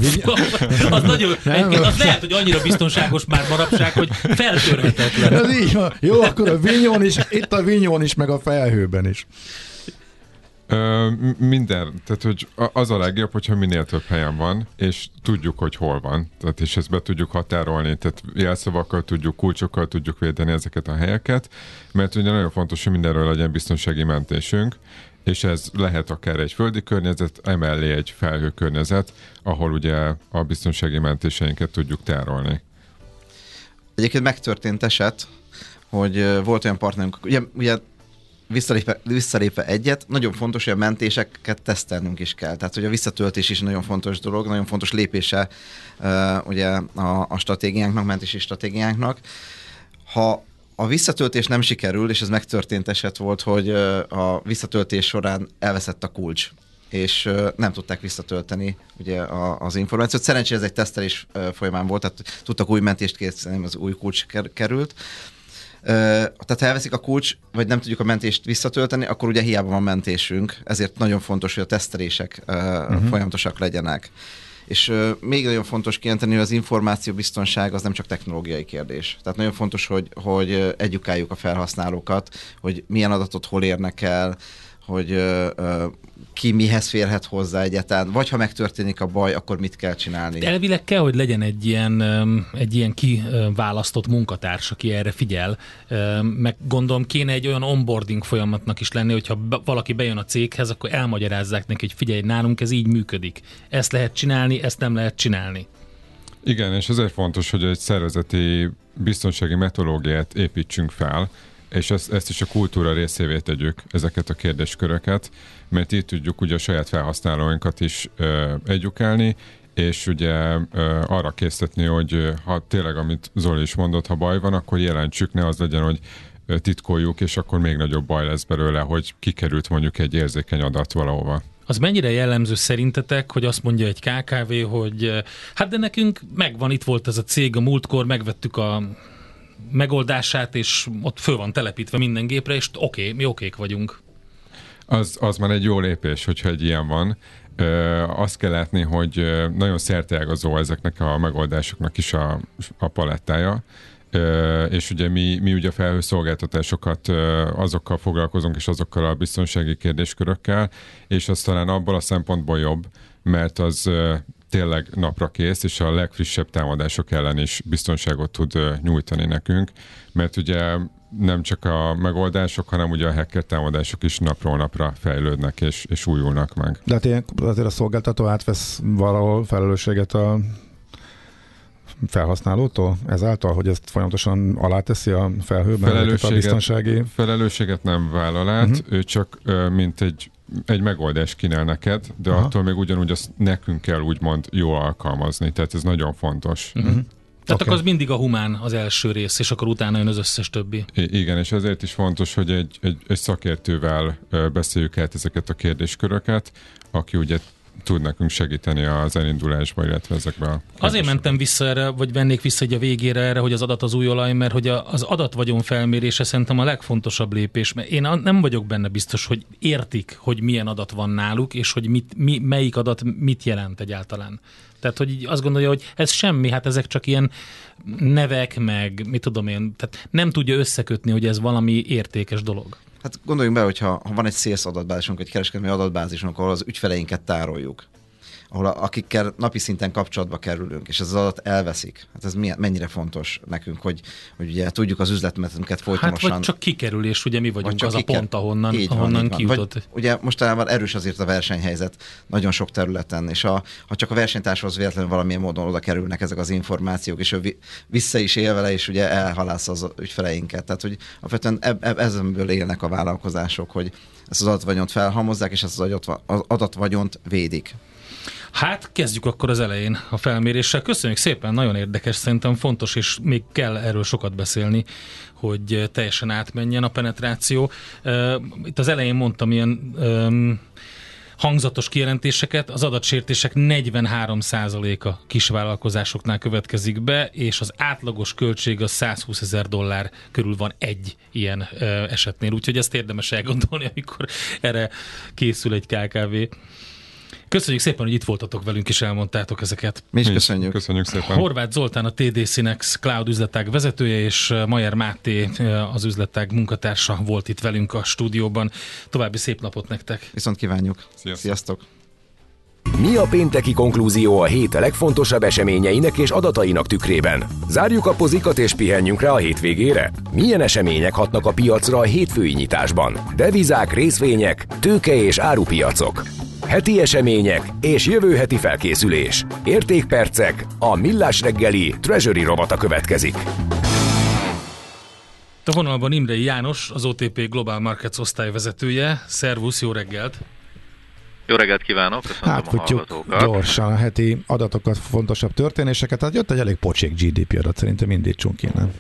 az nagyon, az lehet, hogy annyira biztonságos már manapság, hogy feltörhetetlen. Ez így van. Jó, akkor a Vinyón is, itt a Vinyón is, meg a felhőben is. Ö, minden, tehát hogy az a legjobb, hogyha minél több helyen van, és tudjuk, hogy hol van, tehát és ezt be tudjuk határolni, tehát jelszavakkal tudjuk, kulcsokkal tudjuk védeni ezeket a helyeket, mert ugye nagyon fontos, hogy mindenről legyen biztonsági mentésünk, és ez lehet akár egy földi környezet, emellé egy felhőkörnyezet, ahol ugye a biztonsági mentéseinket tudjuk tárolni. Egyébként megtörtént eset, hogy volt olyan partnerünk, ugye, ugye visszalépve, visszalépve egyet, nagyon fontos, hogy a mentéseket tesztelnünk is kell. Tehát, hogy a visszatöltés is nagyon fontos dolog, nagyon fontos lépése uh, ugye a, a stratégiánknak, mentési stratégiánknak. Ha a visszatöltés nem sikerül, és ez megtörtént eset volt, hogy a visszatöltés során elveszett a kulcs, és nem tudták visszatölteni ugye az információt. Szerencsére ez egy tesztelés folyamán volt, tehát tudtak új mentést készíteni, az új kulcs került. Tehát ha elveszik a kulcs, vagy nem tudjuk a mentést visszatölteni, akkor ugye hiába van mentésünk, ezért nagyon fontos, hogy a tesztelések uh-huh. folyamatosak legyenek. És uh, még nagyon fontos kijelenteni, hogy az információbiztonság az nem csak technológiai kérdés. Tehát nagyon fontos, hogy, hogy edukáljuk a felhasználókat, hogy milyen adatot hol érnek el, hogy uh, uh, ki mihez férhet hozzá egyáltalán, vagy ha megtörténik a baj, akkor mit kell csinálni. De elvileg kell, hogy legyen egy ilyen, egy ilyen kiválasztott munkatárs, aki erre figyel, meg gondolom kéne egy olyan onboarding folyamatnak is lenni, hogyha valaki bejön a céghez, akkor elmagyarázzák neki, hogy figyelj, nálunk ez így működik. Ezt lehet csinálni, ezt nem lehet csinálni. Igen, és ezért fontos, hogy egy szervezeti biztonsági metodológiát építsünk fel, és ezt, ezt is a kultúra részévé tegyük, ezeket a kérdésköröket, mert így tudjuk ugye a saját felhasználóinkat is ö, edukálni, és ugye ö, arra késztetni, hogy ha tényleg, amit Zoli is mondott, ha baj van, akkor jelentsük, ne az legyen, hogy titkoljuk, és akkor még nagyobb baj lesz belőle, hogy kikerült mondjuk egy érzékeny adat valahova. Az mennyire jellemző szerintetek, hogy azt mondja egy ká ká vé, hogy hát de nekünk megvan, itt volt ez a cég a múltkor, megvettük a megoldását, és ott föl van telepítve minden gépre, és oké, okay, mi okék vagyunk. Az, az már egy jó lépés, hogyha egy ilyen van. Ö, azt kell látni, hogy nagyon szerteágazó ezeknek a megoldásoknak is a, a palettája, ö, és ugye mi, mi ugye a felhőszolgáltatásokat ö, azokkal foglalkozunk, és azokkal a biztonsági kérdéskörökkel, és az talán abból a szempontból jobb, mert az ö, tényleg napra kész, és a legfrissebb támadások ellen is biztonságot tud ö, nyújtani nekünk, mert ugye nem csak a megoldások, hanem ugye a hacker támadások is napról napra fejlődnek és, és újulnak meg. De hát ilyen, azért a szolgáltató átvesz valahol felelősséget a felhasználótól ezáltal, hogy ezt folyamatosan aláteszi a felhőben a biztonsági... Felelősséget nem vállal át, uh-huh. ő csak mint egy, egy megoldást kínál neked, de Aha. attól még ugyanúgy azt nekünk kell úgymond jól alkalmazni, tehát ez nagyon fontos. Uh-huh. Tehát okay. akkor az mindig a humán az első rész, és akkor utána jön az összes többi. I- igen, és ezért is fontos, hogy egy, egy, egy szakértővel beszéljük át ezeket a kérdésköröket, aki ugye tud nekünk segíteni az elindulásba, illetve ezekbe a Azért mentem vissza erre, vagy vennék vissza egy a végére erre, hogy az adat az új olaj, mert hogy az adatvagyon felmérése szerintem a legfontosabb lépés, mert én nem vagyok benne biztos, hogy értik, hogy milyen adat van náluk, és hogy mit, mi, melyik adat mit jelent egyáltalán. Tehát, hogy így azt gondolja, hogy ez semmi, hát ezek csak ilyen nevek, meg mit tudom én, tehát nem tudja összekötni, hogy ez valami értékes dolog. Hát gondoljunk be, hogyha ha van egy sales adatbázisunk, egy kereskedelmi adatbázisunk, ahol az ügyfeleinket tároljuk, ahol a, akikkel napi szinten kapcsolatba kerülünk, és ez az adat elveszik. Hát ez milyen, mennyire fontos nekünk, hogy, hogy ugye tudjuk az üzletmenetünket folytonosan. Hát vagy csak kikerülés, ugye mi vagyunk az kiker... a pont, ahonnan, így ahonnan van, kijutott. Vagy, ugye mostanában erős azért a versenyhelyzet nagyon sok területen, és a, ha csak a versenytárshoz véletlenül valamilyen módon oda kerülnek ezek az információk, és ő vissza is él vele, és ugye elhalász az ügyfeleinket. Tehát, hogy alapvetően eb, eb, ezenből élnek a vállalkozások, hogy ezt az adatvagyont felhalmozzák, és ezt az adatvagyont védik. Hát kezdjük akkor az elején a felméréssel. Köszönjük szépen, nagyon érdekes, szerintem fontos, és még kell erről sokat beszélni, hogy teljesen átmenjen a penetráció. Itt az elején mondtam ilyen um, hangzatos kijelentéseket, az adatsértések negyvenhárom százaléka kisvállalkozásoknál következik be, és az átlagos költség az százhúszezer dollár körül van egy ilyen uh, esetnél, úgyhogy ezt érdemes elgondolni, amikor erre készül egy ká ká vé. Köszönjük szépen, hogy itt voltatok velünk, és elmondtátok ezeket. Mi is köszönjük. Köszönjük szépen. Horváth Zoltán, a té dé Synex Cloud üzletág vezetője, és Mayer Máté, az üzletág munkatársa volt itt velünk a stúdióban. További szép napot nektek. Viszont kívánjuk. Sziasztok. Sziasztok. Mi a pénteki konklúzió a hét legfontosabb eseményeinek és adatainak tükrében? Zárjuk a pozikat és pihenjünk rá a hétvégére? Milyen események hatnak a piacra a hétfői nyitásban? Devizák, részvények, tőke és árupiacok. Heti események és jövő heti felkészülés. Értékpercek, a Millás reggeli Treasury rovata következik. A vonalban Imrei János, az o té pé Global Markets osztályvezetője. Szervusz, jó reggelt! Jó reggelt kívánok, köszöntöm Átfutjuk a hallgatókat. Gyorsan a heti adatokat, fontosabb történéseket. Tehát jött egy elég pocsék gé dé pé adat, szerintem indítsunk innen.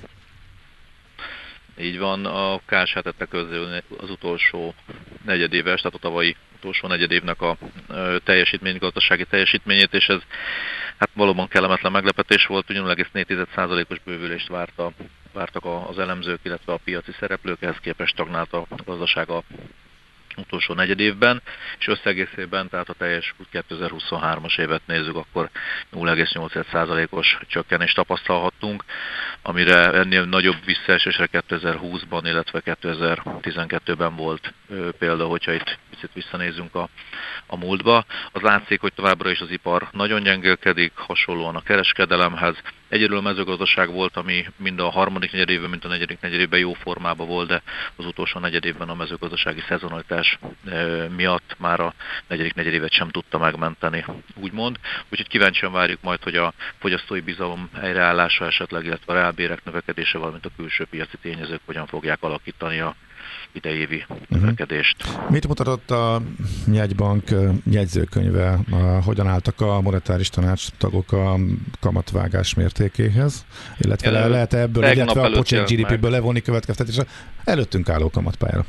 Így van, a ká es há tette közzé az utolsó negyedéves, tehát a tavalyi utolsó negyedévnek a teljesítmény, gazdasági teljesítményét, és ez hát valóban kellemetlen meglepetés volt, ugyanúgy egész négy tized százalékos bővülést várta, vártak az elemzők, illetve a piaci szereplők, ehhez képest stagnált a gazdaság a utolsó negyedévben, és összegészében, tehát a teljes kétezer-huszonhármas évet nézzük, akkor nulla egész nyolc százalékos csökkenést tapasztalhattunk, amire ennél nagyobb visszaesésre kétezer-húszban, illetve kétezer-tizenkettőben volt példa, hogyha itt picit visszanézzünk a, a múltba. Az látszik, hogy továbbra is az ipar nagyon gyengélkedik, hasonlóan a kereskedelemhez. Egyedül a mezőgazdaság volt, ami mind a harmadik negyedévben, mint a negyedik negyedévben jó formában volt, de az utolsó negyedévben a mezőgazdasági szezonalitás miatt már a negyedik negyedévet sem tudta megmenteni, úgymond. Úgyhogy kíváncsian várjuk majd, hogy a fogyasztói bizalom helyreállása esetleg, illetve a reálbérek növekedése, valamint a külső piaci tényezők hogyan fogják alakítani a idejévi növekedést. Uh-huh. Mit mutatott a jegybank jegyzőkönyve? Hogyan álltak a monetáris tanács tagok a kamatvágás mértékéhez? Illetve le, lehet ebből, illetve a pocsék gé dé péből levonni következtetésre előttünk álló kamatpályára?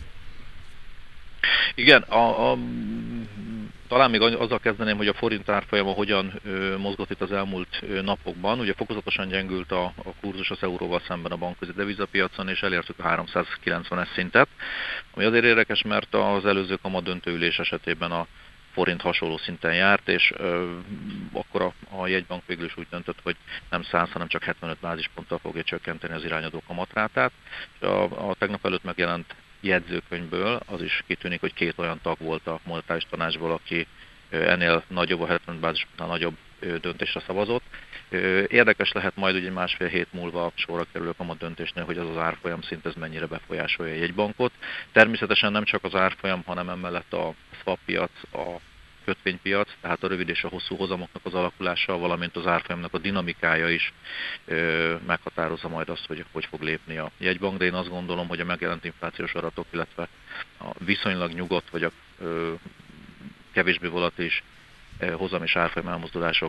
Igen, a, a, talán még azzal kezdeném, hogy a forint árfolyama hogyan ö, mozgott itt az elmúlt ö, napokban. Ugye fokozatosan gyengült a, a kurzus az euróval szemben a bankközi devizapiacon, és elértük a háromszázkilencvenes szintet, ami azért érdekes, mert az előző kamat döntőülés esetében a forint hasonló szinten járt, és ö, akkor a, a jegybank végül is úgy döntött, hogy nem száz, hanem csak hetvenöt bázisponttal fogja csökkenteni az irányadó kamatrátát. És a, a tegnap előtt megjelent jegyzőkönyvből az is kitűnik, hogy két olyan tag volt a monetáris tanácsból, aki ennél nagyobb, a hetven bázispontnál nagyobb döntésre szavazott. Érdekes lehet majd ugye másfél hét múlva sorra kerülő kamat döntésnél, hogy az az árfolyam szint ez mennyire befolyásolja a jegybankot. Természetesen nem csak az árfolyam, hanem emellett a swap piac, a kötvénypiac, tehát a rövid és a hosszú hozamoknak az alakulása, valamint az árfolyamnak a dinamikája is ö, meghatározza majd azt, hogy hogy fog lépni a jegybank, de én azt gondolom, hogy a megjelent inflációs adatok, illetve a viszonylag nyugodt vagy a ö, kevésbé volatilis ö, hozam és árfolyam elmozdulások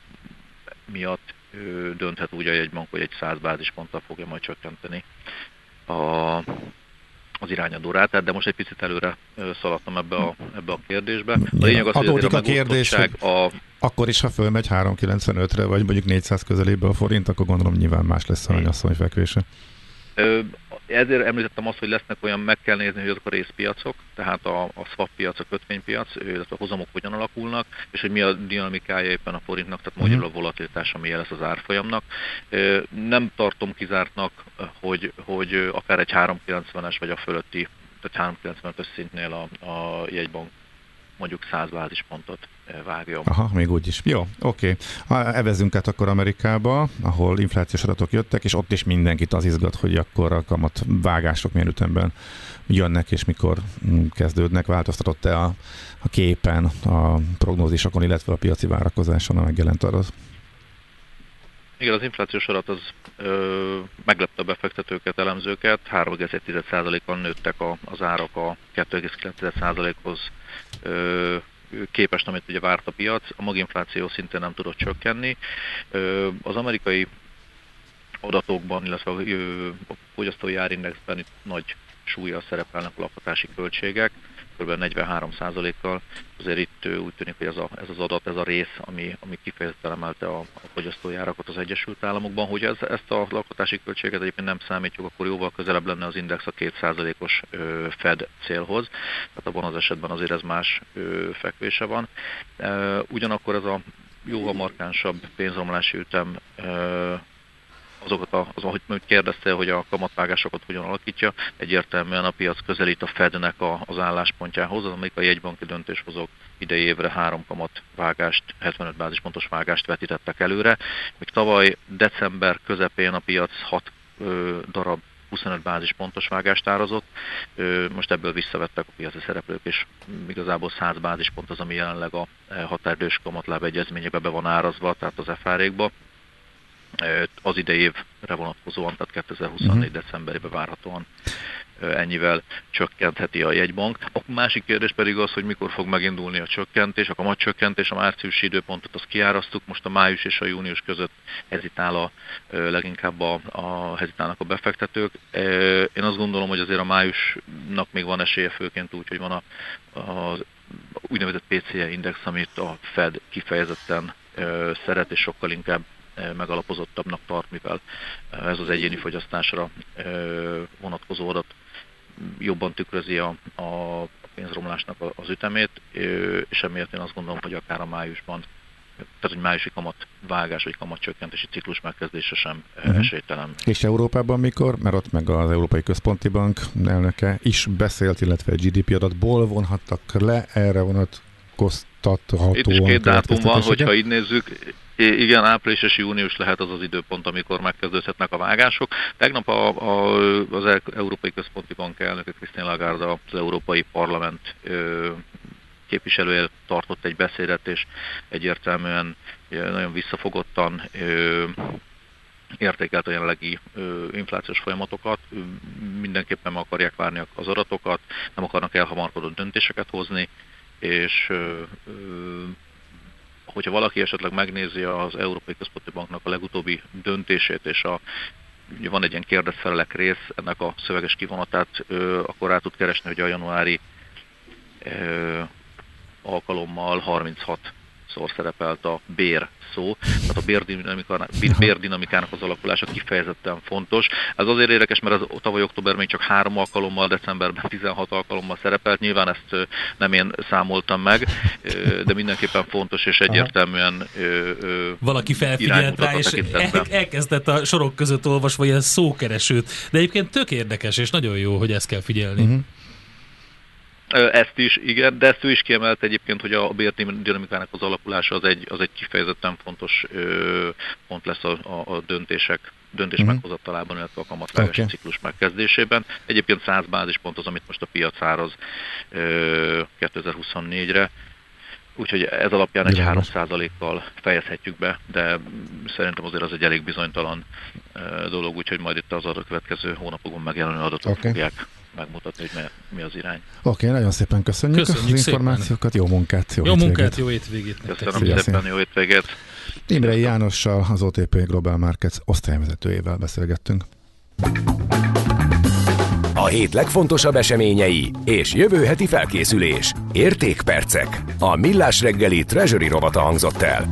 miatt ö, dönthet úgy a jegybank, hogy egy száz bázisponttal fogja majd csökkenteni a az irányadó rátát, de most egy picit előre szaladtam ebbe a, ebbe a kérdésbe. A lényeg az, adódik hogy a kérdés, a... akkor is, ha fölmegy háromszázkilencvenötre, vagy mondjuk négyszáz közelébe a forint, akkor gondolom nyilván más lesz a mennyasszony fekvése. Ezért említettem azt, hogy lesznek olyan, meg kell nézni, hogy azok a részpiacok, tehát a, a swap piac, a kötvénypiac, illetve a hozamok hogyan alakulnak, és hogy mi a dinamikája éppen a forintnak, tehát magyarul a volatilitás, ami jel lesz az árfolyamnak. Nem tartom kizártnak, hogy, hogy akár egy háromszázkilencvenes vagy a fölötti, tehát háromszázkilencvenötös szintnél a, a jegybank mondjuk száz bázispontot vágja. Aha, még úgy is. Jó, oké. Okay. Evezzünk át akkor Amerikába, ahol inflációs adatok jöttek, és ott is mindenkit az izgat, hogy akkor a kamat vágások milyen ütemben jönnek, és mikor kezdődnek. Változtatott-e a, a képen, a prognózisokon, illetve a piaci várakozáson a megjelent adat? Igen, az inflációs adat az ö, meglepte a befektetőket, elemzőket. három egész egy százalékkal nőttek a, az árak a kettő egész kilenc százalékhoz ö, képest, amit ugye várt a piac. A maginfláció szintén nem tudott csökkenni. Ö, az amerikai adatokban, illetve a, a fogyasztói árindexben itt nagy súllyal szerepelnek a lakhatási költségek, kb. negyvenhárom százalékkal. Azért itt úgy tűnik, hogy ez, a, ez az adat, ez a rész, ami, ami kifejezetten emelte a, a fogyasztói árakat az Egyesült Államokban. Hogy ez, ezt a lakhatási költséget egyébként nem számítjuk, akkor jóval közelebb lenne az index a két százalékos ö, Fed célhoz. Tehát abban az esetben azért ez más ö, fekvése van. Ö, ugyanakkor ez a jóval markánsabb pénzromlási ütem ö, azokat, a, az, ahogy kérdeztél, hogy a kamatvágásokat hogyan alakítja, egyértelműen a piac közelít a Fednek a, az álláspontjához, az amerikai jegybanki döntéshozók idei évre három kamatvágást, hetvenöt bázispontos vágást vetítettek előre, míg tavaly december közepén a piac hat ö, darab huszonöt bázispontos vágást árazott, ö, most ebből visszavettek a piaci szereplők, és igazából száz bázispont az, ami jelenleg a határidős kamatláb egyezményekbe be van árazva, tehát az ef er-ékba. Az idei évre vonatkozóan, tehát kétezer-huszonnégy uh-huh. decemberében várhatóan ennyivel csökkentheti a jegybank. A másik kérdés pedig az, hogy mikor fog megindulni a csökkentés, a kamatcsökkentés, a márciusi időpontot azt kiárasztuk, most a május és a június között hezitál a, leginkább a, a hezitálnak a befektetők. Én azt gondolom, hogy azért a májusnak még van esélye, főként úgy, hogy van a, a úgynevezett pé cé é index, amit a Fed kifejezetten szeret, és sokkal inkább megalapozottabbnak tart, mivel ez az egyéni fogyasztásra vonatkozó adat jobban tükrözi a, a pénzromlásnak az ütemét, és emiatt én azt gondolom, hogy akár a májusban, tehát hogy májusi kamatvágás vagy kamatcsökkentési ciklus megkezdése sem uh-huh. esélytelen. És Európában mikor? Mert ott meg az Európai Központi Bank elnöke is beszélt, illetve a gé dé pé adatból vonhattak le, erre vonatkoztathatóan. Itt is két dátum van, hogyha így nézzük. Igen, április és június lehet az az időpont, amikor megkezdődhetnek a vágások. Tegnap a, a, az Európai Központi Bank elnöke Christine Lagarde az Európai Parlament ö, képviselője tartott egy beszédet, és egyértelműen nagyon visszafogottan ö, értékelt a jelenlegi ö, inflációs folyamatokat. Mindenképpen meg akarják várni az adatokat, nem akarnak elhamarkodott döntéseket hozni, és ö, ö, hogyha valaki esetleg megnézi az Európai Központi Banknak a legutóbbi döntését, és a, van egy ilyen kérdezfelelek rész, ennek a szöveges kivonatát, ö, akkor rá tud keresni, hogy a januári ö, alkalommal harminchatszor szerepelt a bér szó, tehát a bérdinamikának, bérdinamikának az alakulása kifejezetten fontos. Ez azért érdekes, mert az tavaly október még csak három alkalommal, decemberben tizenhat alkalommal szerepelt, nyilván ezt nem én számoltam meg, de mindenképpen fontos és egyértelműen valaki felfigyelt rá, és el, elkezdett a sorok között olvasva ilyen szókeresőt, de egyébként tök érdekes, és nagyon jó, hogy ezt kell figyelni. Uh-huh. Ezt is, igen, de ezt ő is kiemelt egyébként, hogy a bérdinamikának az alakulása az egy, az egy kifejezetten fontos ö, pont lesz a, a, a döntések, döntés uh-huh. meghozatalában, illetve a kamatvágási okay. ciklus megkezdésében. Egyébként száz bázispont az, amit most a piac áraz ö, kétezer-huszonnégyre, úgyhogy ez alapján egy három százalékkal fejezhetjük be, de szerintem azért az egy elég bizonytalan ö, dolog, úgyhogy majd itt az a következő hónapokban megjelenő adatok okay. fogják megmutatni, hogy mi az irány. Oké, okay, nagyon szépen köszönjük, köszönjük az információkat, szépen. Jó munkát, jó, jó hétvégét. munkát, jó hétvégét. Köszönöm Szia, szépen, jó hétvégét. Imrei Jánossal, az o té pé Global Markets osztályvezetőjével beszélgettünk. A hét legfontosabb eseményei és jövő heti felkészülés. Értékpercek. A Millás reggeli Treasury rovata hangzott el.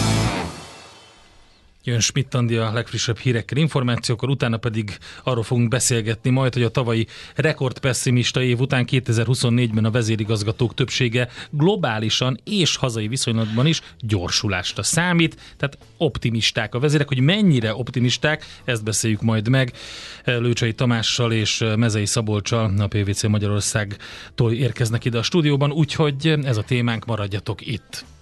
Jön Schmidt Andi a legfrissebb hírekkel, információkkal, utána pedig arról fogunk beszélgetni majd, hogy a tavalyi rekordpesszimista év után kétezer-huszonnégyben a vezérigazgatók többsége globálisan és hazai viszonylatban is gyorsulásra számít, tehát optimisták a vezérek, hogy mennyire optimisták, ezt beszéljük majd meg Lőcsei Tamással és Mezei Szabolccsal, a pé vé cé Magyarországtól érkeznek ide a stúdióban, úgyhogy ez a témánk, maradjatok itt.